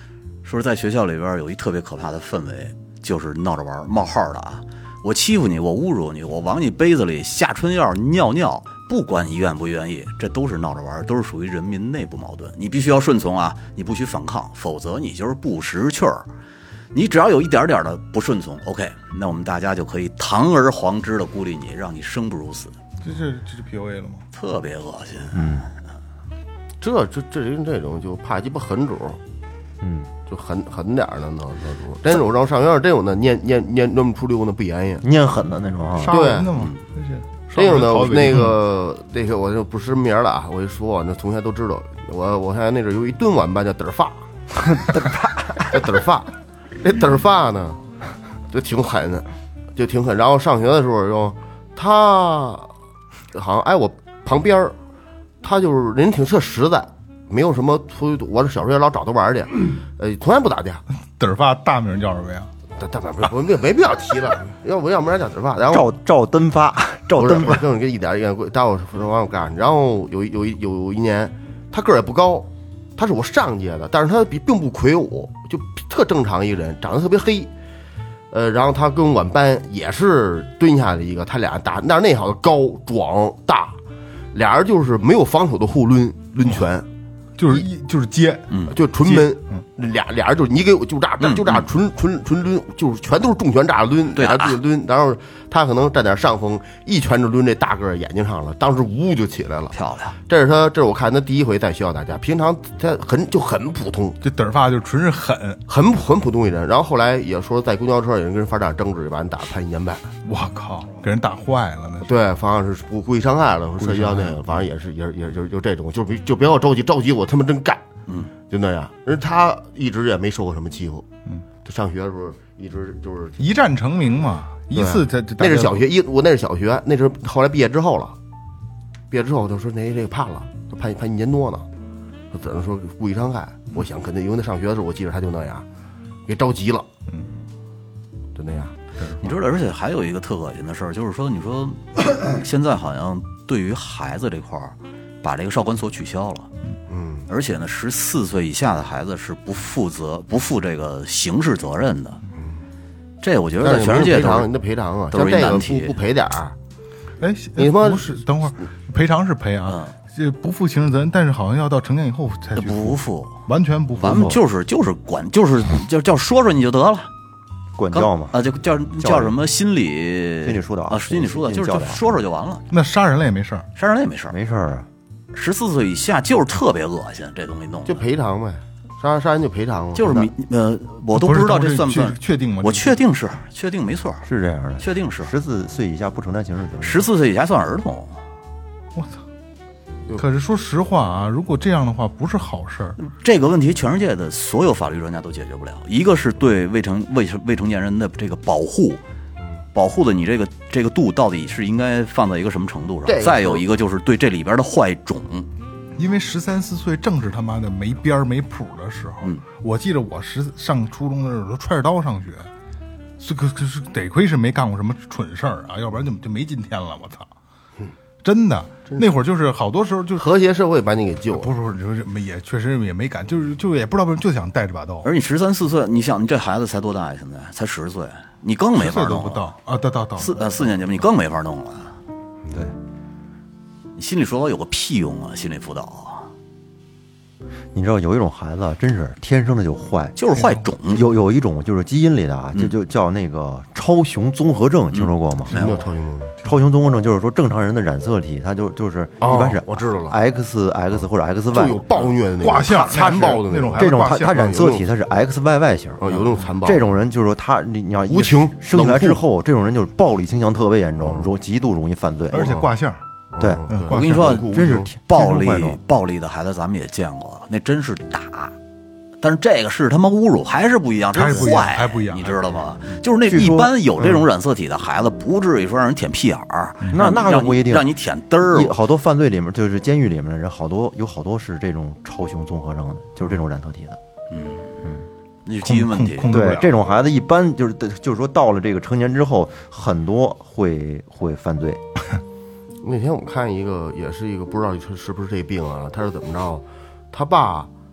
说在学校里边有一特别可怕的氛围，就是闹着玩冒号的啊，我欺负你，我侮辱你，我往你杯子里下春药尿尿，不管你愿不愿意，这都是闹着玩，都是属于人民内部矛盾，你必须要顺从啊，你不许反抗，否则你就是不识趣儿。你只要有一点点的不顺从 OK， 那我们大家就可以堂而皇之的孤立你，让你生不如死。 这是这是 P U A 了吗？ 特别恶心。 嗯， 这这这人这种就怕鸡巴狠主， 嗯， 就狠狠点儿的那那主，真有让上学真有那念念念念不出溜那不严呀， 念狠的那种啊。 杀人的嘛，这是。 真有呢，那个那个我就不识名了啊，我一说那同学都知道。我我看那阵有一顿晚班叫嘚儿发，嘚儿发，这嘚儿发，这嘚儿发呢就挺狠的，就挺狠。然后上学的时候又他好像挨我旁边儿，他就是人挺特实在，没有什么出去。我这小时候也老找他玩去，呃，从来不打架。 嘚儿发大名叫什么呀？ 大大没没没必要提了，要不要不然叫嘚儿发。然后赵赵登发，赵登发， 就是跟一点一点，待会儿往我干。然后有有一有一年，他个儿也不高，他是我上届的，但是他比并不魁梧，就特正常一个人，长得特别黑。呃，然后他跟我们班也是蹲下的一个，他俩打，但是那好像高壮大，俩人就是没有防守的互抡抡拳， 就是一就是接， 嗯，就纯闷，俩俩人就是你给我就炸炸就炸纯纯纯抡，就是全都是重拳炸抡，俩人对抡，然后他可能占点上风，一拳就抡这大个儿眼睛上了，当时呜就起来了， 漂亮。 这是他，这是我看他第一回在学校打架，平常他很就很普通， 这嘚儿发就纯是狠， 很很普通一人。然后后来也说在公交车有人跟人发生争执，把人打判一年半。 我靠，给人打坏了那是。 对，反正是故故意伤害了，涉及到那个，反正也是也是也是就就这种，就别就别要着急着急，我他妈真干。嗯，就那样，人他一直也没受过什么欺负。嗯，他上学的时候一直就是一战成名嘛，一次他那是小学一，我那是小学，那是后来毕业之后了。毕业之后就说那这个判了，就判判一年多呢。他只能说故意伤害，我想肯定因为他上学的时候，我记得他就那样，给着急了。嗯，就那样。 你知道，而且还有一个特恶心的事儿，就是说，你说现在好像对于孩子这块儿，把这个少管所取消了。嗯，而且呢，十四岁以下的孩子是不负责、不负这个刑事责任的。嗯，这我觉得在全世界都是你的赔偿啊， 都是一难题。 不不赔点儿， 哎，你不是等会儿赔偿是赔啊，这不负刑事责任，但是好像要到成年以后才去不负， 完全不负， 完就是就是管，就是叫叫说说你就得了。 管教嘛， 啊，就叫叫什么心理心理疏导啊，心理疏导，就是就说说就完了。 那杀人了也没事儿， 杀人了也没事儿， 没事儿啊。 十四岁以下就是特别恶心，这东西弄就赔偿呗，杀杀人就赔偿嘛。 就是你呃，我都不知道这算不算确定吗？ 我确定是确定没错， 是这样的， 确定是十四岁以下不承担刑事责任， 十四岁以下算儿童。 我操！可是说实话啊，如果这样的话，不是好事儿。 这个问题，全世界的所有法律专家都解决不了。一个是对未成未未成年人的这个保护，保护的你这个这个度到底是应该放在一个什么程度上？再有一个就是对这里边的坏种。 因为十三四岁正是他妈的没边儿没谱的时候。嗯，我记得我十上初中的时候揣着刀上学，这个可是得亏是没干过什么蠢事儿啊，要不然就就没今天了。我操！真的，那会儿就是好多时候就是和谐社会把你给救了， 不是不是，就是也确实也没敢，就是就也不知道为什么就想带着把刀。 而你十三四岁，你想你这孩子才多大呀？现在才十岁，你更没法弄了。 不到啊，到到到四呃四年级吧，你更没法弄了。 对， 你心理辅导有个屁用啊！心理辅导。 你知道有一种孩子真是天生的就坏， 就是坏种。 有有一种就是基因里的啊，就就叫那个超雄综合症，听说过吗？ 什么叫超雄综合症？ 超雄综合症就是说正常人的染色体，它就就是一般是我知道了 ，X X 或者 X Y， 就有暴虐的那种卦象残暴的那种， 这种他他染色体他是 X Y Y 型， 有那种残暴。 这种人就是说他你你要无情生下来之后，这种人就是暴力倾向特别严重，容极度容易犯罪， 而且卦象。 对， 我跟你说， 真是暴力暴力的孩子，咱们也见过，那真是打。但是这个是他妈侮辱，还是不一样，这是坏， 还不一样， 你知道吗？就是那一般有这种染色体的孩子，不至于说让人舔屁眼儿， 那那就不一定， 让你舔嘚儿。 好多犯罪里面，就是监狱里面的人，好多有好多是这种超雄综合症的，就是这种染色体的。 嗯嗯，那是基因问题。 对，这种孩子一般就是就是说到了这个成年之后，很多会会犯罪。 那天我看一个，也是一个不知道是是不是这病啊？他是怎么着？他爸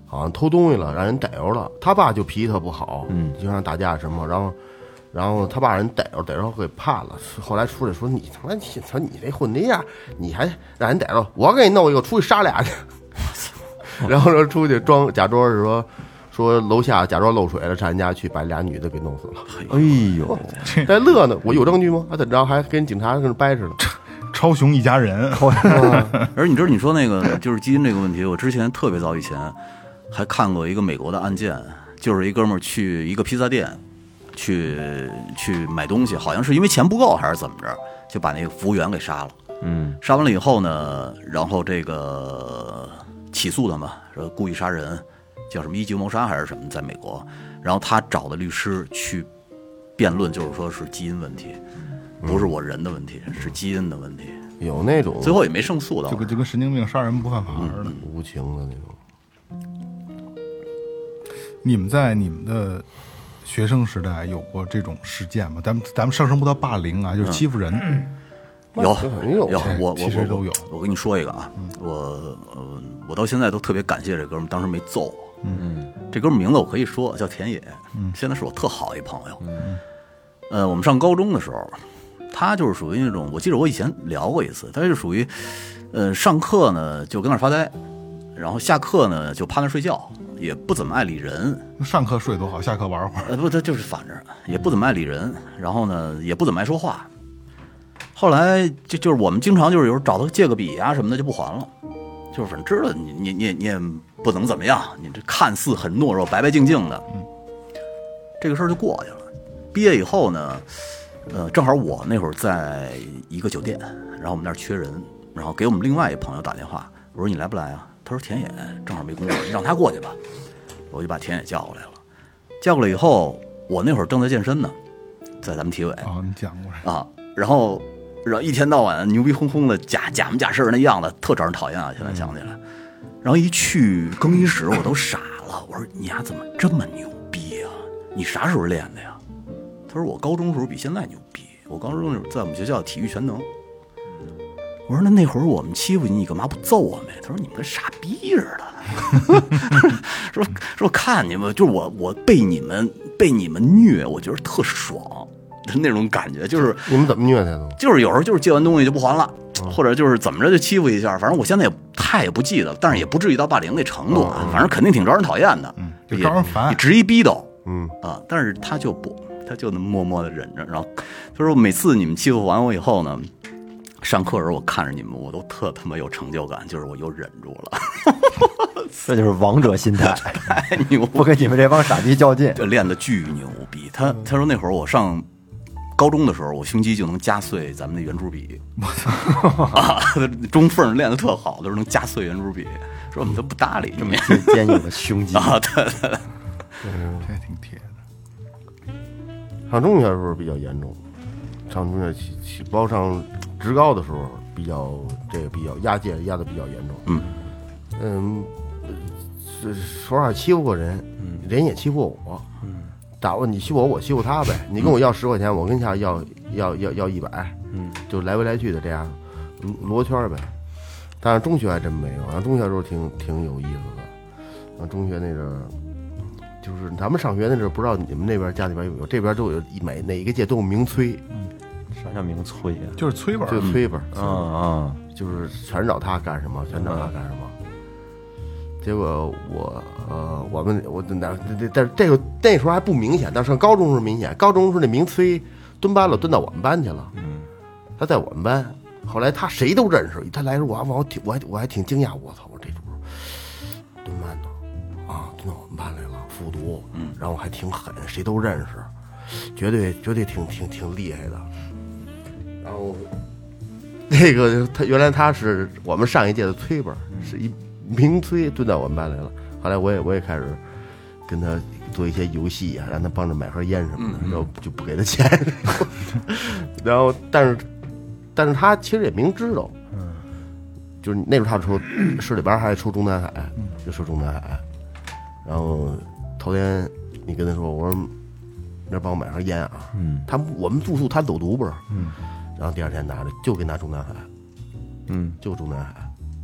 好像偷东西了，让人逮着了。他爸就脾气特不好， 嗯， 经常打架什么，然后。然后他把人逮着，逮着给判了。后来出来说：“你他妈，你操你这混这样，你还让人逮着？我给你弄一个，出去杀俩去。”然后说出去装假装是说说楼下假装漏水了，上人家去把俩女的给弄死了。 哎呦， 在乐呢，我有证据吗？还怎么着？还跟警察跟那掰似的。 超雄一家人。 而你知道你说那个就是基因这个问题，我之前特别早以前还看过一个美国的案件，就是一哥们儿去一个披萨店。去去买东西，好像是因为钱不够还是怎么着，就把那个服务员给杀了。 嗯， 杀完了以后呢，然后这个起诉他嘛，说故意杀人，叫什么一级谋杀还是什么，在美国。然后他找的律师去辩论，就是说是基因问题，不是我人的问题，是基因的问题。 有那种最后也没胜诉的， 就跟就跟神经病杀人不犯法似的， 无情的那种。 你们在你们的学生时代有过这种事件吗？咱们咱们上升不到霸凌啊，就是欺负人。 有有有，我我其实都有。 我跟你说一个啊，我呃我到现在都特别感谢这哥们，当时没揍我。 嗯， 这哥们名字我可以说叫田野，嗯，现在是我特好一朋友。嗯，呃，我们上高中的时候，他就是属于那种，我记得我以前聊过一次，他是属于，呃，上课呢就跟那儿发呆，然后下课呢就趴那睡觉。也不怎么爱理人， 上课睡多好，下课玩会儿。 呃，不，他就是反正也不怎么爱理人，然后呢，也不怎么爱说话。后来就就是我们经常就是有时候找他借个笔啊什么的就不还了，就是反正知道你你你你也不能怎么样，你这看似很懦弱、白白净净的，嗯，这个事儿就过去了。毕业以后呢，呃，正好我那会儿在一个酒店，然后我们那儿缺人，然后给我们另外一朋友打电话，我说你来不来啊？他说田野正好没工作，你让他过去吧。我就把田野叫过来了。叫过来以后，我那会儿正在健身呢，在咱们体委啊、哦，你讲过啊。然后，然后一天到晚牛逼哄哄的假假模假式那样子，特招人讨厌啊！现在想起来，嗯、然后一去更衣室，我都傻了。我说你丫怎么这么牛逼啊？你啥时候练的呀？他说我高中时候比现在牛逼。我高中时候在我们学校体育全能。我说那那会儿我们欺负你，你干嘛不揍我们？他说你们跟傻逼似的，说说看你们，就是我我被你们被你们虐，我觉得特爽，那种感觉就是你们怎么虐他的？ 就是有时候就是借完东西就不还了，嗯、或者就是怎么着就欺负一下，反正我现在也他也不记得，但是也不至于到霸凌那程度，嗯、反正肯定挺招人讨厌的， 嗯，就招人烦， 你执意逼斗， 嗯啊，但是他就不，他就能默默的忍着，然后他说每次你们欺负完我以后呢。上课时候我看着你们，我都特他妈有成就感，就是我又忍住了。 这就是王者心态， 太牛！ 不跟你们这帮傻逼较劲， 就练的巨牛逼。他他说那会儿我上高中的时候，我胸肌就能夹碎咱们的圆珠笔。我操！啊，中缝练的特好，都是能夹碎圆珠笔。说我们都不搭理， 这么坚硬的胸肌啊！对对对， 嗯，这挺铁的。 上中学的时候比较严重，上中学起起包括上。职高的时候比较这个比较压界压的比较严重， 嗯嗯，说实话欺负过人，人也欺负我，嗯，打我你欺负我，我欺负他呗，你跟我要十块钱，我跟下要要要要一百，嗯，就来回来去的这样，嗯，罗圈呗。但是中学还真没有，然后中学的时候挺挺有意思的，然后中学那阵儿。就是咱们上学那阵儿，不知道你们那边家里边有没有，这边都有每哪一个届都有名催，嗯。 啥叫名催呀？ 就是催本， 就催本， 啊啊， 就是全找他干什么，全找他干什么。结果我呃，我们我那但是这个那时候还不明显，但是上高中时候明显。高中时候那名催蹲班了，蹲到我们班去了。嗯，他在我们班，后来他谁都认识。他来时候我我挺我还我还挺惊讶，我操，我这主蹲班呢啊，蹲到我们班来了，复读，嗯，然后还挺狠，谁都认识，绝对绝对挺挺挺厉害的。然后，那个他原来他是我们上一届的催本，是一名催蹲到我们班来了。后来我也我也开始跟他做一些游戏啊，让他帮着买盒烟什么的，然后就不给他钱。然后，但是但是他其实也明知道，就是那时候他抽市里边还抽中南海，就抽中南海。然后头天你跟他说，我说明儿帮我买盒烟啊。嗯，他我们住宿他走读不是？嗯。然后第二天拿着就给拿中南海， 嗯， 就中南海，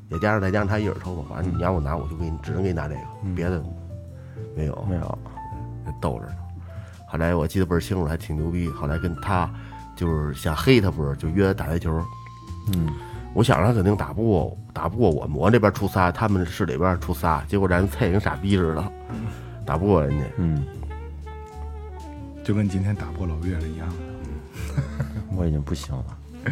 也加上再加上他一人抽吧，反正你让我拿我就给你只能给你拿这个，别的没有没有， 逗着呢。后来我记得倍儿清楚，还挺牛逼。后来跟他就是想黑他，不是就约他打台球。嗯，我想他肯定打不过，打不过我们，我这边出仨，他们市里边出仨，结果让人菜跟傻逼似的，打不过人家。 嗯， 就跟今天打不过老岳是一样的。 我已经不行了。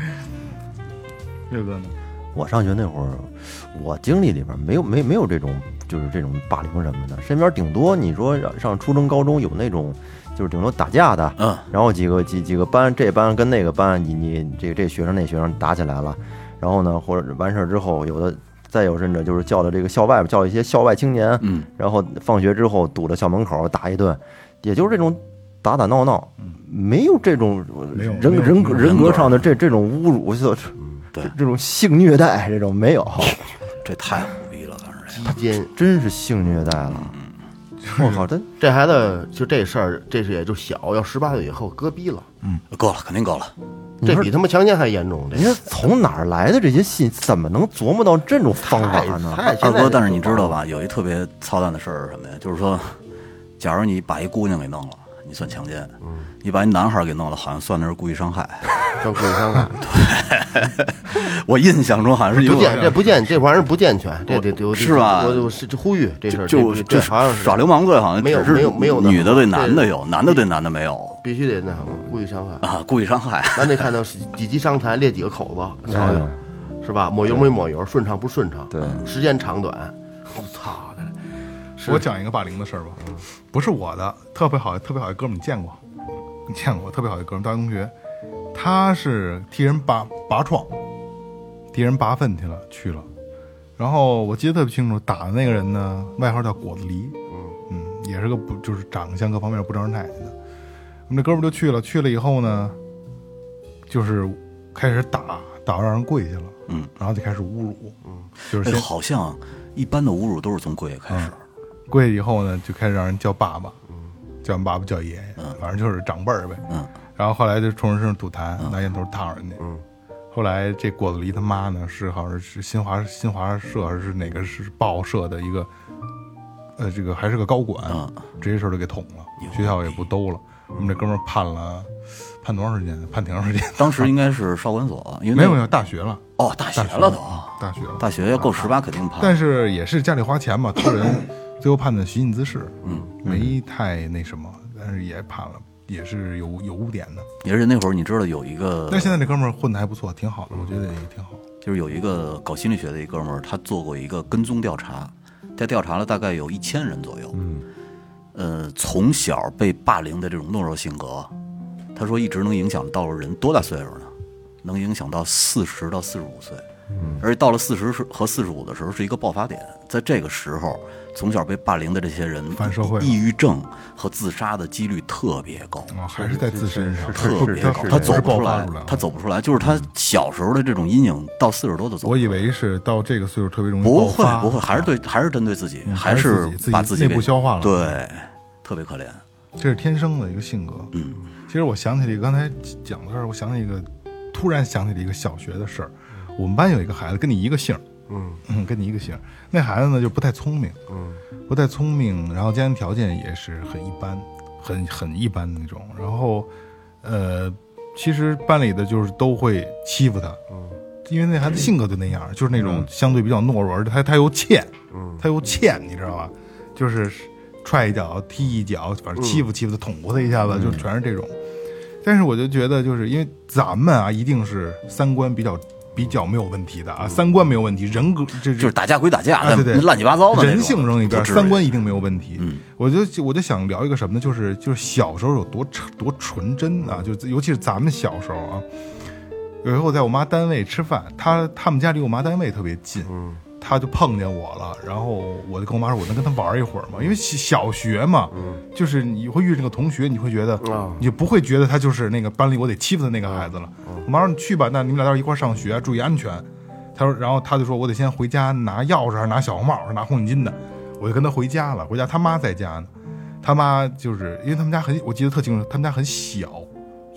岳哥呢？ 我上学那会儿，我经历里边没有没没有这种就是这种霸凌什么的，身边顶多你说上初中高中有那种就是顶多打架的， 嗯， 然后几个几几个班，这班跟那个班，你你这这学生那学生打起来了，然后呢，或者完事儿之后，有的再有甚者就是叫到这个校外叫一些校外青年， 嗯， 然后放学之后堵着校门口打一顿，也就是这种打打闹闹，没有这种人人格人格上的这这种侮辱， 对这种性虐待这种没有， 这太虎逼了，反正鸡奸， 真是性虐待了。我靠，他这孩子就这事儿，这是也就小，要十八岁以后割逼了， 够了，肯定够了。 这比他妈强奸还严重。 人家从哪儿来的这些信，怎么能琢磨到这种方法呢？ 太二哥，但是你知道吧？有一特别操蛋的事儿是什么呀？就是说，假如你把一姑娘给弄了，你算强奸；你把一男孩给弄了，好像算的是故意伤害。 叫故意伤害， 对，我印象中好像是有不健，这不健，这玩意儿不健全，这得得是吧？ 我我是呼吁这事儿， 就这好像是耍流氓罪，好像没有没有没有女的对男的有，男的对男的没有， 必须得那什么故意伤害啊，故意伤害。 咱得看到几级伤残，裂几个口子，瞧瞧，是吧？抹油没抹油，顺畅不顺畅？ 对， 时间长短，我操的！ 我讲一个霸凌的事儿吧，不是我的，特别好特别好的哥们儿，你见过？你见过？特别好的哥们儿，大学同学。他是替人拔拔创，替人拔粪去了去了，然后我记得特别清楚，打的那个人呢，外号叫果子狸，嗯嗯，也是个不就是长相各方面不招人待见的。我们这哥们就去了，去了以后呢，就是开始打打到让人跪下了，嗯，然后就开始侮辱，嗯，就是先、 哎、好像一般的侮辱都是从跪下开始， 嗯、跪下以后呢，就开始让人叫爸爸，嗯，叫完爸爸叫爷爷，嗯，反正就是长辈儿呗，嗯。然后后来就冲人身上吐痰，拿烟头烫人家。嗯，后来这果子狸他妈呢是好像是新华新华社还是哪个是报社的一个，呃，这个还是个高管，嗯、这些事儿都给捅了，学校也不兜了。我们这哥们儿判了，判多长时间？判挺长时间。 当时应该是少管所，因为没有没有大学了。 哦，大学了都， 大学了， 大学要够十八肯定判。 但是也是家里花钱嘛，偷人，最后判的寻衅滋事，嗯，没太那什么，但是也判了。也是有有污点的， 也是那会儿你知道有一个， 但是现在这哥们儿混的还不错，挺好的，我觉得也挺好。 就是有一个搞心理学的一哥们儿，他做过一个跟踪调查，他调查了大概有一千人左右，嗯，呃，从小被霸凌的这种懦弱性格，他说一直能影响到了人多大岁数呢？能影响到四十到四十五岁，嗯，而且到了四十和四十五的时候是一个爆发点，在这个时候。从小被霸凌的这些人， 反社会， 抑郁症和自杀的几率特别高啊，还是在自身上特别高，他走不出来，他走不出来，就是他小时候的这种阴影到四十多都走不出来。 我以为是到这个岁数特别容易不会不会，还是对，还是针对自己，还是把自己内部消化了， 对，特别可怜， 这是天生的一个性格。嗯，其实我想起了一个刚才讲的事儿，我想起一个，突然想起了一个小学的事儿，我们班有一个孩子跟你一个姓。嗯嗯，跟你一个姓，那孩子呢就不太聪明，嗯，不太聪明，然后家庭条件也是很一般，很很一般的那种。然后，呃，其实班里的就是都会欺负他，嗯，因为那孩子性格就那样，就是那种相对比较懦弱，而且他他又欠，嗯，他又欠，你知道吧？就是踹一脚、踢一脚，反正欺负欺负他、捅过他一下子，就全是这种。但是我就觉得，就是因为咱们啊，一定是三观比较。比较没有问题的啊，三观没有问题，人格这就是打架归打架， 啊、对对， 乱七八糟的， 人性扔一边，三观一定没有问题。 嗯， 我就我就想聊一个什么呢？就是就是小时候有多多纯真啊，就尤其是咱们小时候啊，有时候在我妈单位吃饭，他他们家离我妈单位特别近，嗯，他就碰见我了，然后我就跟我妈说，我能跟他玩一会儿吗？因为小学嘛，嗯，就是你会遇这个同学，你会觉得，嗯、你就不会觉得他就是那个班里我得欺负他那个孩子了。嗯、我妈说你去吧，那你们俩到时候一块上学，注意安全。他说，然后他就说我得先回家拿钥匙，还是拿小红帽，还是拿红领巾的。我就跟他回家了，回家他妈在家呢，他妈就是因为他们家很，我记得特清楚，他们家很小。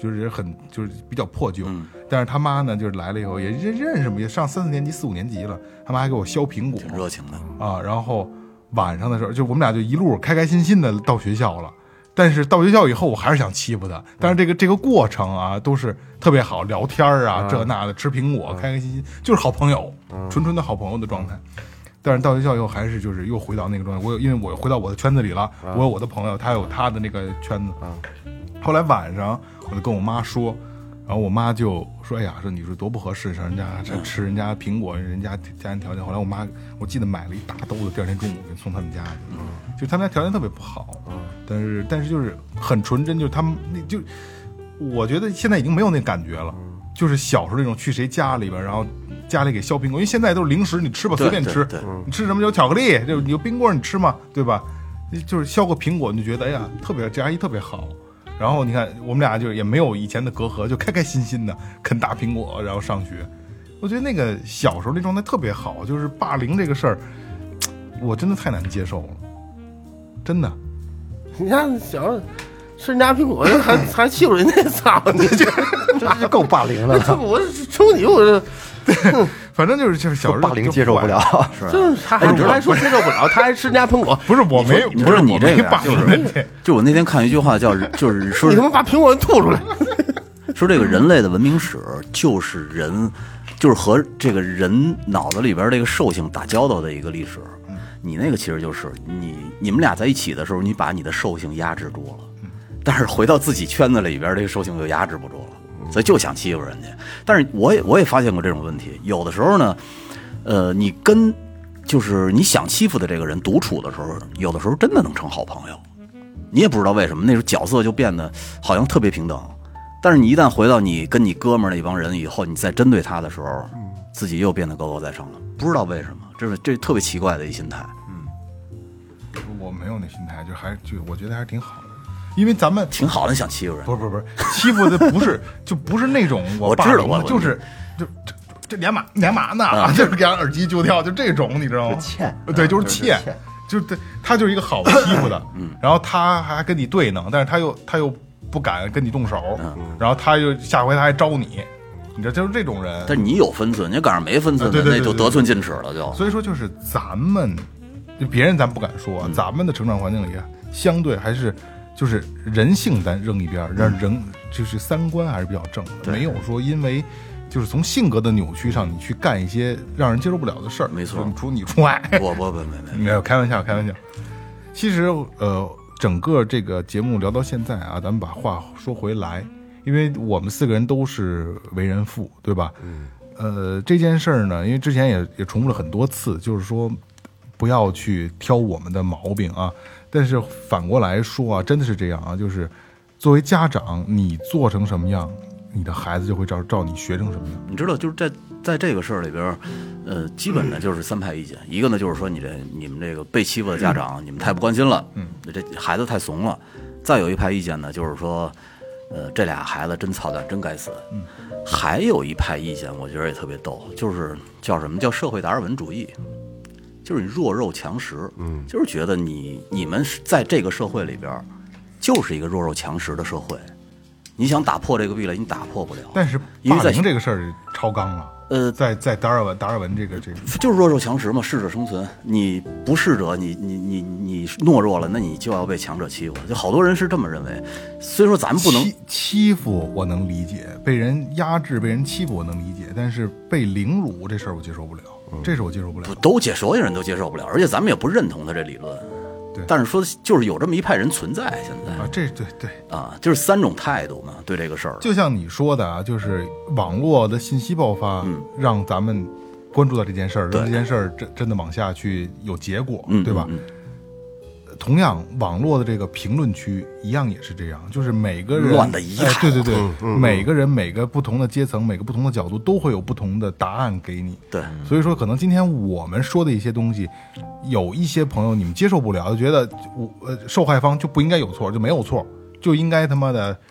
就是很就是比较破旧。嗯、但是他妈呢，就是来了以后也认认识嘛，也上三四年级、四五年级了，他妈还给我削苹果， 挺热情的啊。然后晚上的时候，就我们俩就一路开开心心的到学校了。但是到学校以后，我还是想欺负他。但是这个这个过程啊，都是特别好，聊天啊，这那的，吃苹果，开开心心，就是好朋友，纯纯的好朋友的状态。但是到学校以后，还是就是又回到那个状态。我有，因为我回到我的圈子里了，我有我的朋友，他有他的那个圈子。后来晚上，我就跟我妈说，然后我妈就说：“哎呀，说你说多不合适，让人家吃人家苹果，人家家庭条件。”后来我妈，我记得买了一大兜子，第二天中午给送他们家去。嗯，就他们家条件特别不好，嗯，但是但是就是很纯真，就是他们那就，我觉得现在已经没有那感觉了，嗯、就是小时候那种去谁家里边，然后家里给削苹果，因为现在都是零食，你吃吧，随便吃，你吃什么有巧克力，就有冰棍你吃嘛，对吧？就是削个苹果，你就觉得哎呀，特别这阿姨特别好。然后你看我们俩就也没有以前的隔阂，就开开心心的啃大苹果，然后上学。我觉得那个小时候那状态特别好，就是霸凌这个事儿，我真的太难接受了，真的。 你看小时候吃人家苹果还还欺负人家，操你这这就够霸凌了。 我抽你我。 反正就是就是小时候霸凌接受不了， 是吧？就是他还还说接受不了，他还吃人家苹果。 不是我没， 不是你这个霸凌。 就我那天看一句话叫，就是说你他妈把苹果吐出来。 说这个人类的文明史就是人，就是和这个人脑子里边这个兽性打交道的一个历史。你那个其实就是你你们俩在一起的时候，你把你的兽性压制住了，但是回到自己圈子里边，这个兽性就压制不住了。所以就想欺负人家，但是我也我也发现过这种问题。有的时候呢，呃，你跟就是你想欺负的这个人独处的时候，有的时候真的能成好朋友。你也不知道为什么，那时候角色就变得好像特别平等。但是你一旦回到你跟你哥们儿那帮人以后，你再针对他的时候，自己又变得高高在上了。不知道为什么，这是这特别奇怪的一心态。 嗯，我没有那心态，就还就我觉得还是挺好的。因为咱们挺好的，想欺负人， 不是不是不是欺负的不是就不是那种我知道我就是就这这连马连马呢啊，就是给耳机揪掉，就这种你知道吗？ 欠对，就是欠，就是对他就是一个好欺负的，嗯，然后他还跟你对弄，但是他又他又不敢跟你动手，嗯，然后他又下回他还招你，你知道就是这种人。 但你有分寸，你赶上没分寸的，那就得寸进尺了就。 所以说就是咱们别人咱不敢说，咱们的成长环境里相对还是。就是人性咱扔一边，让人就是三观还是比较正的，没有说因为就是从性格的扭曲上，你去干一些让人接受不了的事儿。 没错， 除你除外。 我我没没没有开玩笑，开玩笑。其实呃，整个这个节目聊到现在啊，咱们把话说回来，因为我们四个人都是为人父，对吧？嗯。呃，这件事儿呢，因为之前也也重复了很多次，就是说不要去挑我们的毛病啊。但是反过来说啊，真的是这样啊，就是作为家长，你做成什么样，你的孩子就会照照你学成什么样。 你知道，就是在在这个事儿里边，呃，基本呢就是三派意见。一个呢就是说你这你们这个被欺负的家长，你们太不关心了，嗯，这孩子太怂了。再有一派意见呢，就是说，呃，这俩孩子真操蛋，真该死。嗯，还有一派意见，我觉得也特别逗，就是叫什么叫社会达尔文主义。就是你弱肉强食，嗯，就是觉得你你们在这个社会里边，就是一个弱肉强食的社会，你想打破这个壁垒，你打破不了。 但是霸凌这个事儿超纲了，呃，在在达尔文达尔文这个这个就是弱肉强食嘛，适者生存。你不适者，你你你你懦弱了，那你就要被强者欺负。就好多人是这么认为。所以说咱们不能欺欺负，我能理解；被人压制、被人欺负，我能理解。但是被凌辱这事儿，我接受不了。这是我接受不了， 不都接所有人都接受不了，而且咱们也不认同他这理论。对，但是说就是有这么一派人存在，现在啊，这对对啊，就是三种态度嘛，对这个事儿。 就像你说的啊，就是网络的信息爆发，嗯，让咱们关注到这件事儿，让这件事儿真真的往下去有结果，嗯、对吧？嗯嗯同样，网络的这个评论区一样也是这样，就是每个人乱的一塌、 哎，对对对，嗯嗯、每个人每个不同的阶层，每个不同的角度，都会有不同的答案给你。 对， 所以说可能今天我们说的一些东西，有一些朋友你们接受不了，就觉得我呃受害方就不应该有错，就没有错，就应该他妈的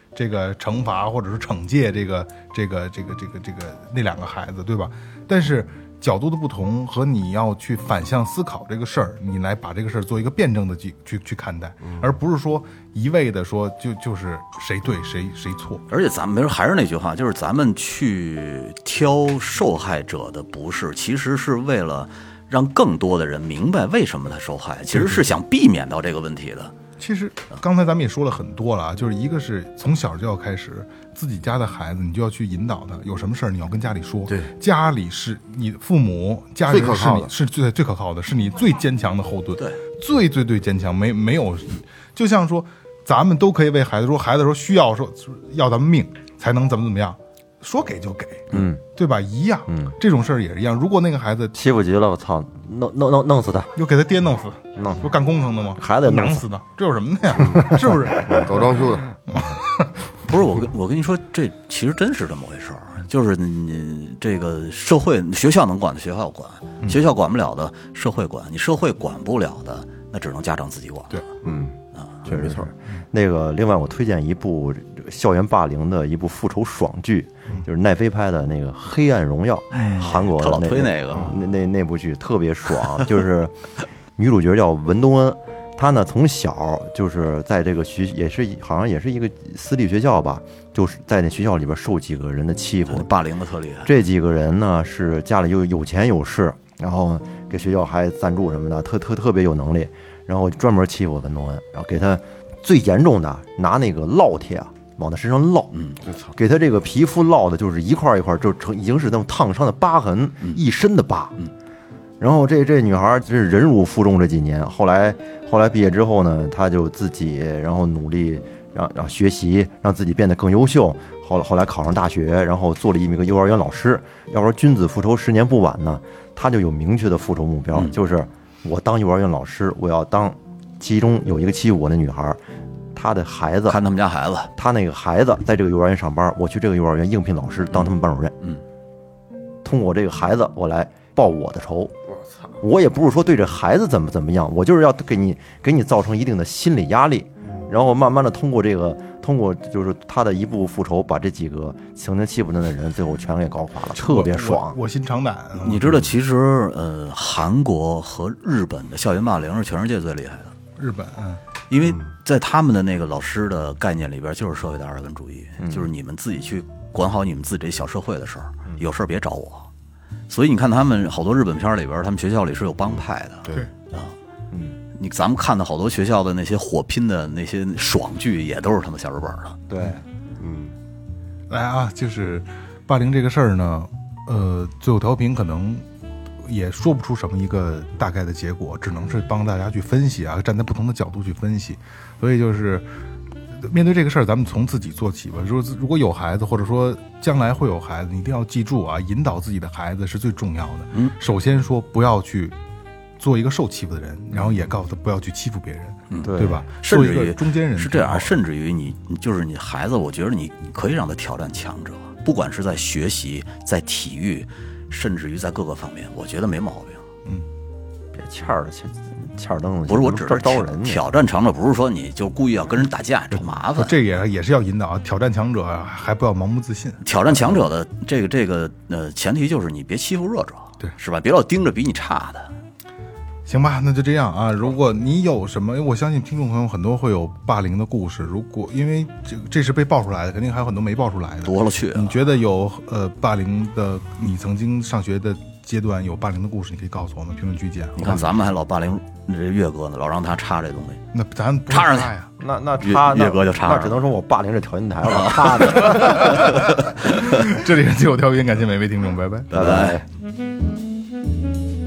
这个惩罚或者是惩戒这个这个这个这个这个那两个孩子，对吧？但是角度的不同和你要去反向思考这个事儿，你来把这个事儿做一个辩证的去去去看待，而不是说一味的说就就是谁对谁谁错。 而且咱们还是那句话，就是咱们去挑受害者的不是，其实是为了让更多的人明白为什么他受害，其实是想避免到这个问题的。 其实刚才咱们也说了很多了啊，就是一个是从小就要开始，自己家的孩子你就要去引导他，有什么事儿你要跟家里说。 对， 家里是你父母，家里是你是最最可靠的，是你最坚强的后盾。 对， 最最最坚强，没没有，就像说咱们都可以为孩子说，孩子说需要说要咱们命才能怎么怎么样，说给就给， 嗯， 对吧？一样，嗯，这种事儿也是一样。如果那个孩子欺负急了，我操，弄弄弄弄死他， 又给他爹弄死， 弄不干工程的吗？ 孩子也弄死囊死的，这有什么的呀？是不是？ 搞装修的， 不是我跟我跟你说，这其实真是这么回事儿。就是你这个社会学校能管的学校管，学校管不了的社会管，你社会管不了的，那只能家长自己管。 对， 嗯啊，确实没错。那个，另外我推荐一部校园霸凌的一部复仇爽剧，就是奈飞拍的那个《黑暗荣耀》，韩国的他老推那那个那那那部剧特别爽，就是女主角叫文东恩。她呢，从小就是在这个学，也是好像也是一个私立学校吧，就是在那学校里边受几个人的欺负， 霸凌的特厉害。 这几个人呢是家里又有钱有势，然后给学校还赞助什么的，特特特别有能力，然后专门欺负文东恩，然后给他最严重的拿那个烙铁啊往他身上烙， 嗯， 给他这个皮肤烙的就是一块一块，就成已经是那种烫伤的疤痕，一身的疤，嗯。然后这这女孩是忍辱负重这几年，后来后来毕业之后呢，她就自己然后努力让让学习，让自己变得更优秀。后后来考上大学，然后做了一名个幼儿园老师。要说君子复仇十年不晚呢，她就有明确的复仇目标，嗯、就是我当幼儿园老师，我要当其中有一个欺负我的女孩，她的孩子看他们家孩子， 她那个孩子在这个幼儿园上班，我去这个幼儿园应聘老师当他们班主任。 嗯， 通过这个孩子，我来报我的仇。我也不是说对这孩子怎么怎么样，我就是要给你给你造成一定的心理压力，然后慢慢的通过这个通过就是他的一步复仇，把这几个曾经欺负他的人最后全给搞垮了，特别爽， 我, 我心长胆。 你知道其实呃韩国和日本的校园霸凌是全世界最厉害的。 日本，嗯， 因为在他们的那个老师的概念里边，就是社会达尔文主义，嗯、就是你们自己去管好你们自己这小社会的事儿，有事儿别找我。所以你看，他们好多日本片里边，他们学校里是有帮派的。 对啊，嗯，你咱们看的好多学校的那些火拼的那些爽剧，也都是他们小日本的。 对，嗯， 来啊，就是霸凌这个事儿呢，呃，最后调频可能也说不出什么一个大概的结果，只能是帮大家去分析啊，站在不同的角度去分析。所以就是面对这个事儿，咱们从自己做起吧。如果如果有孩子，或者说将来会有孩子，你一定要记住啊，引导自己的孩子是最重要的。嗯，首先说不要去做一个受欺负的人，然后也告诉他不要去欺负别人，嗯，对吧？ 甚至于中间人是这样，甚至于你就是你孩子，我觉得你你可以让他挑战强者，不管是在学习、在体育，甚至于在各个方面，我觉得没毛病。嗯， 别欠儿了，欠欠儿灯不是我指的招人挑战强者，不是说你就故意要跟人打架找麻烦， 这也也是要引导挑战强者，还不要盲目自信。 挑战强者的这个这个呃前提就是你别欺负弱者， 对， 是吧？别老盯着比你差的。 行吧，那就这样啊。如果你有什么，我相信听众朋友很多会有霸凌的故事。如果因为这这是被爆出来的，肯定还有很多没爆出来的， 多了去了。 你觉得有呃霸凌的，你曾经上学的阶段有霸凌的故事，你可以告诉我们评论区见。 你看咱们还老霸凌这岳哥呢，老让他插这东西， 那咱插上去呀。 那那插岳哥就插上， 那只能说我霸凌这调音台了，插的。 这里是最后调音，感谢每位听众，拜拜， 拜拜。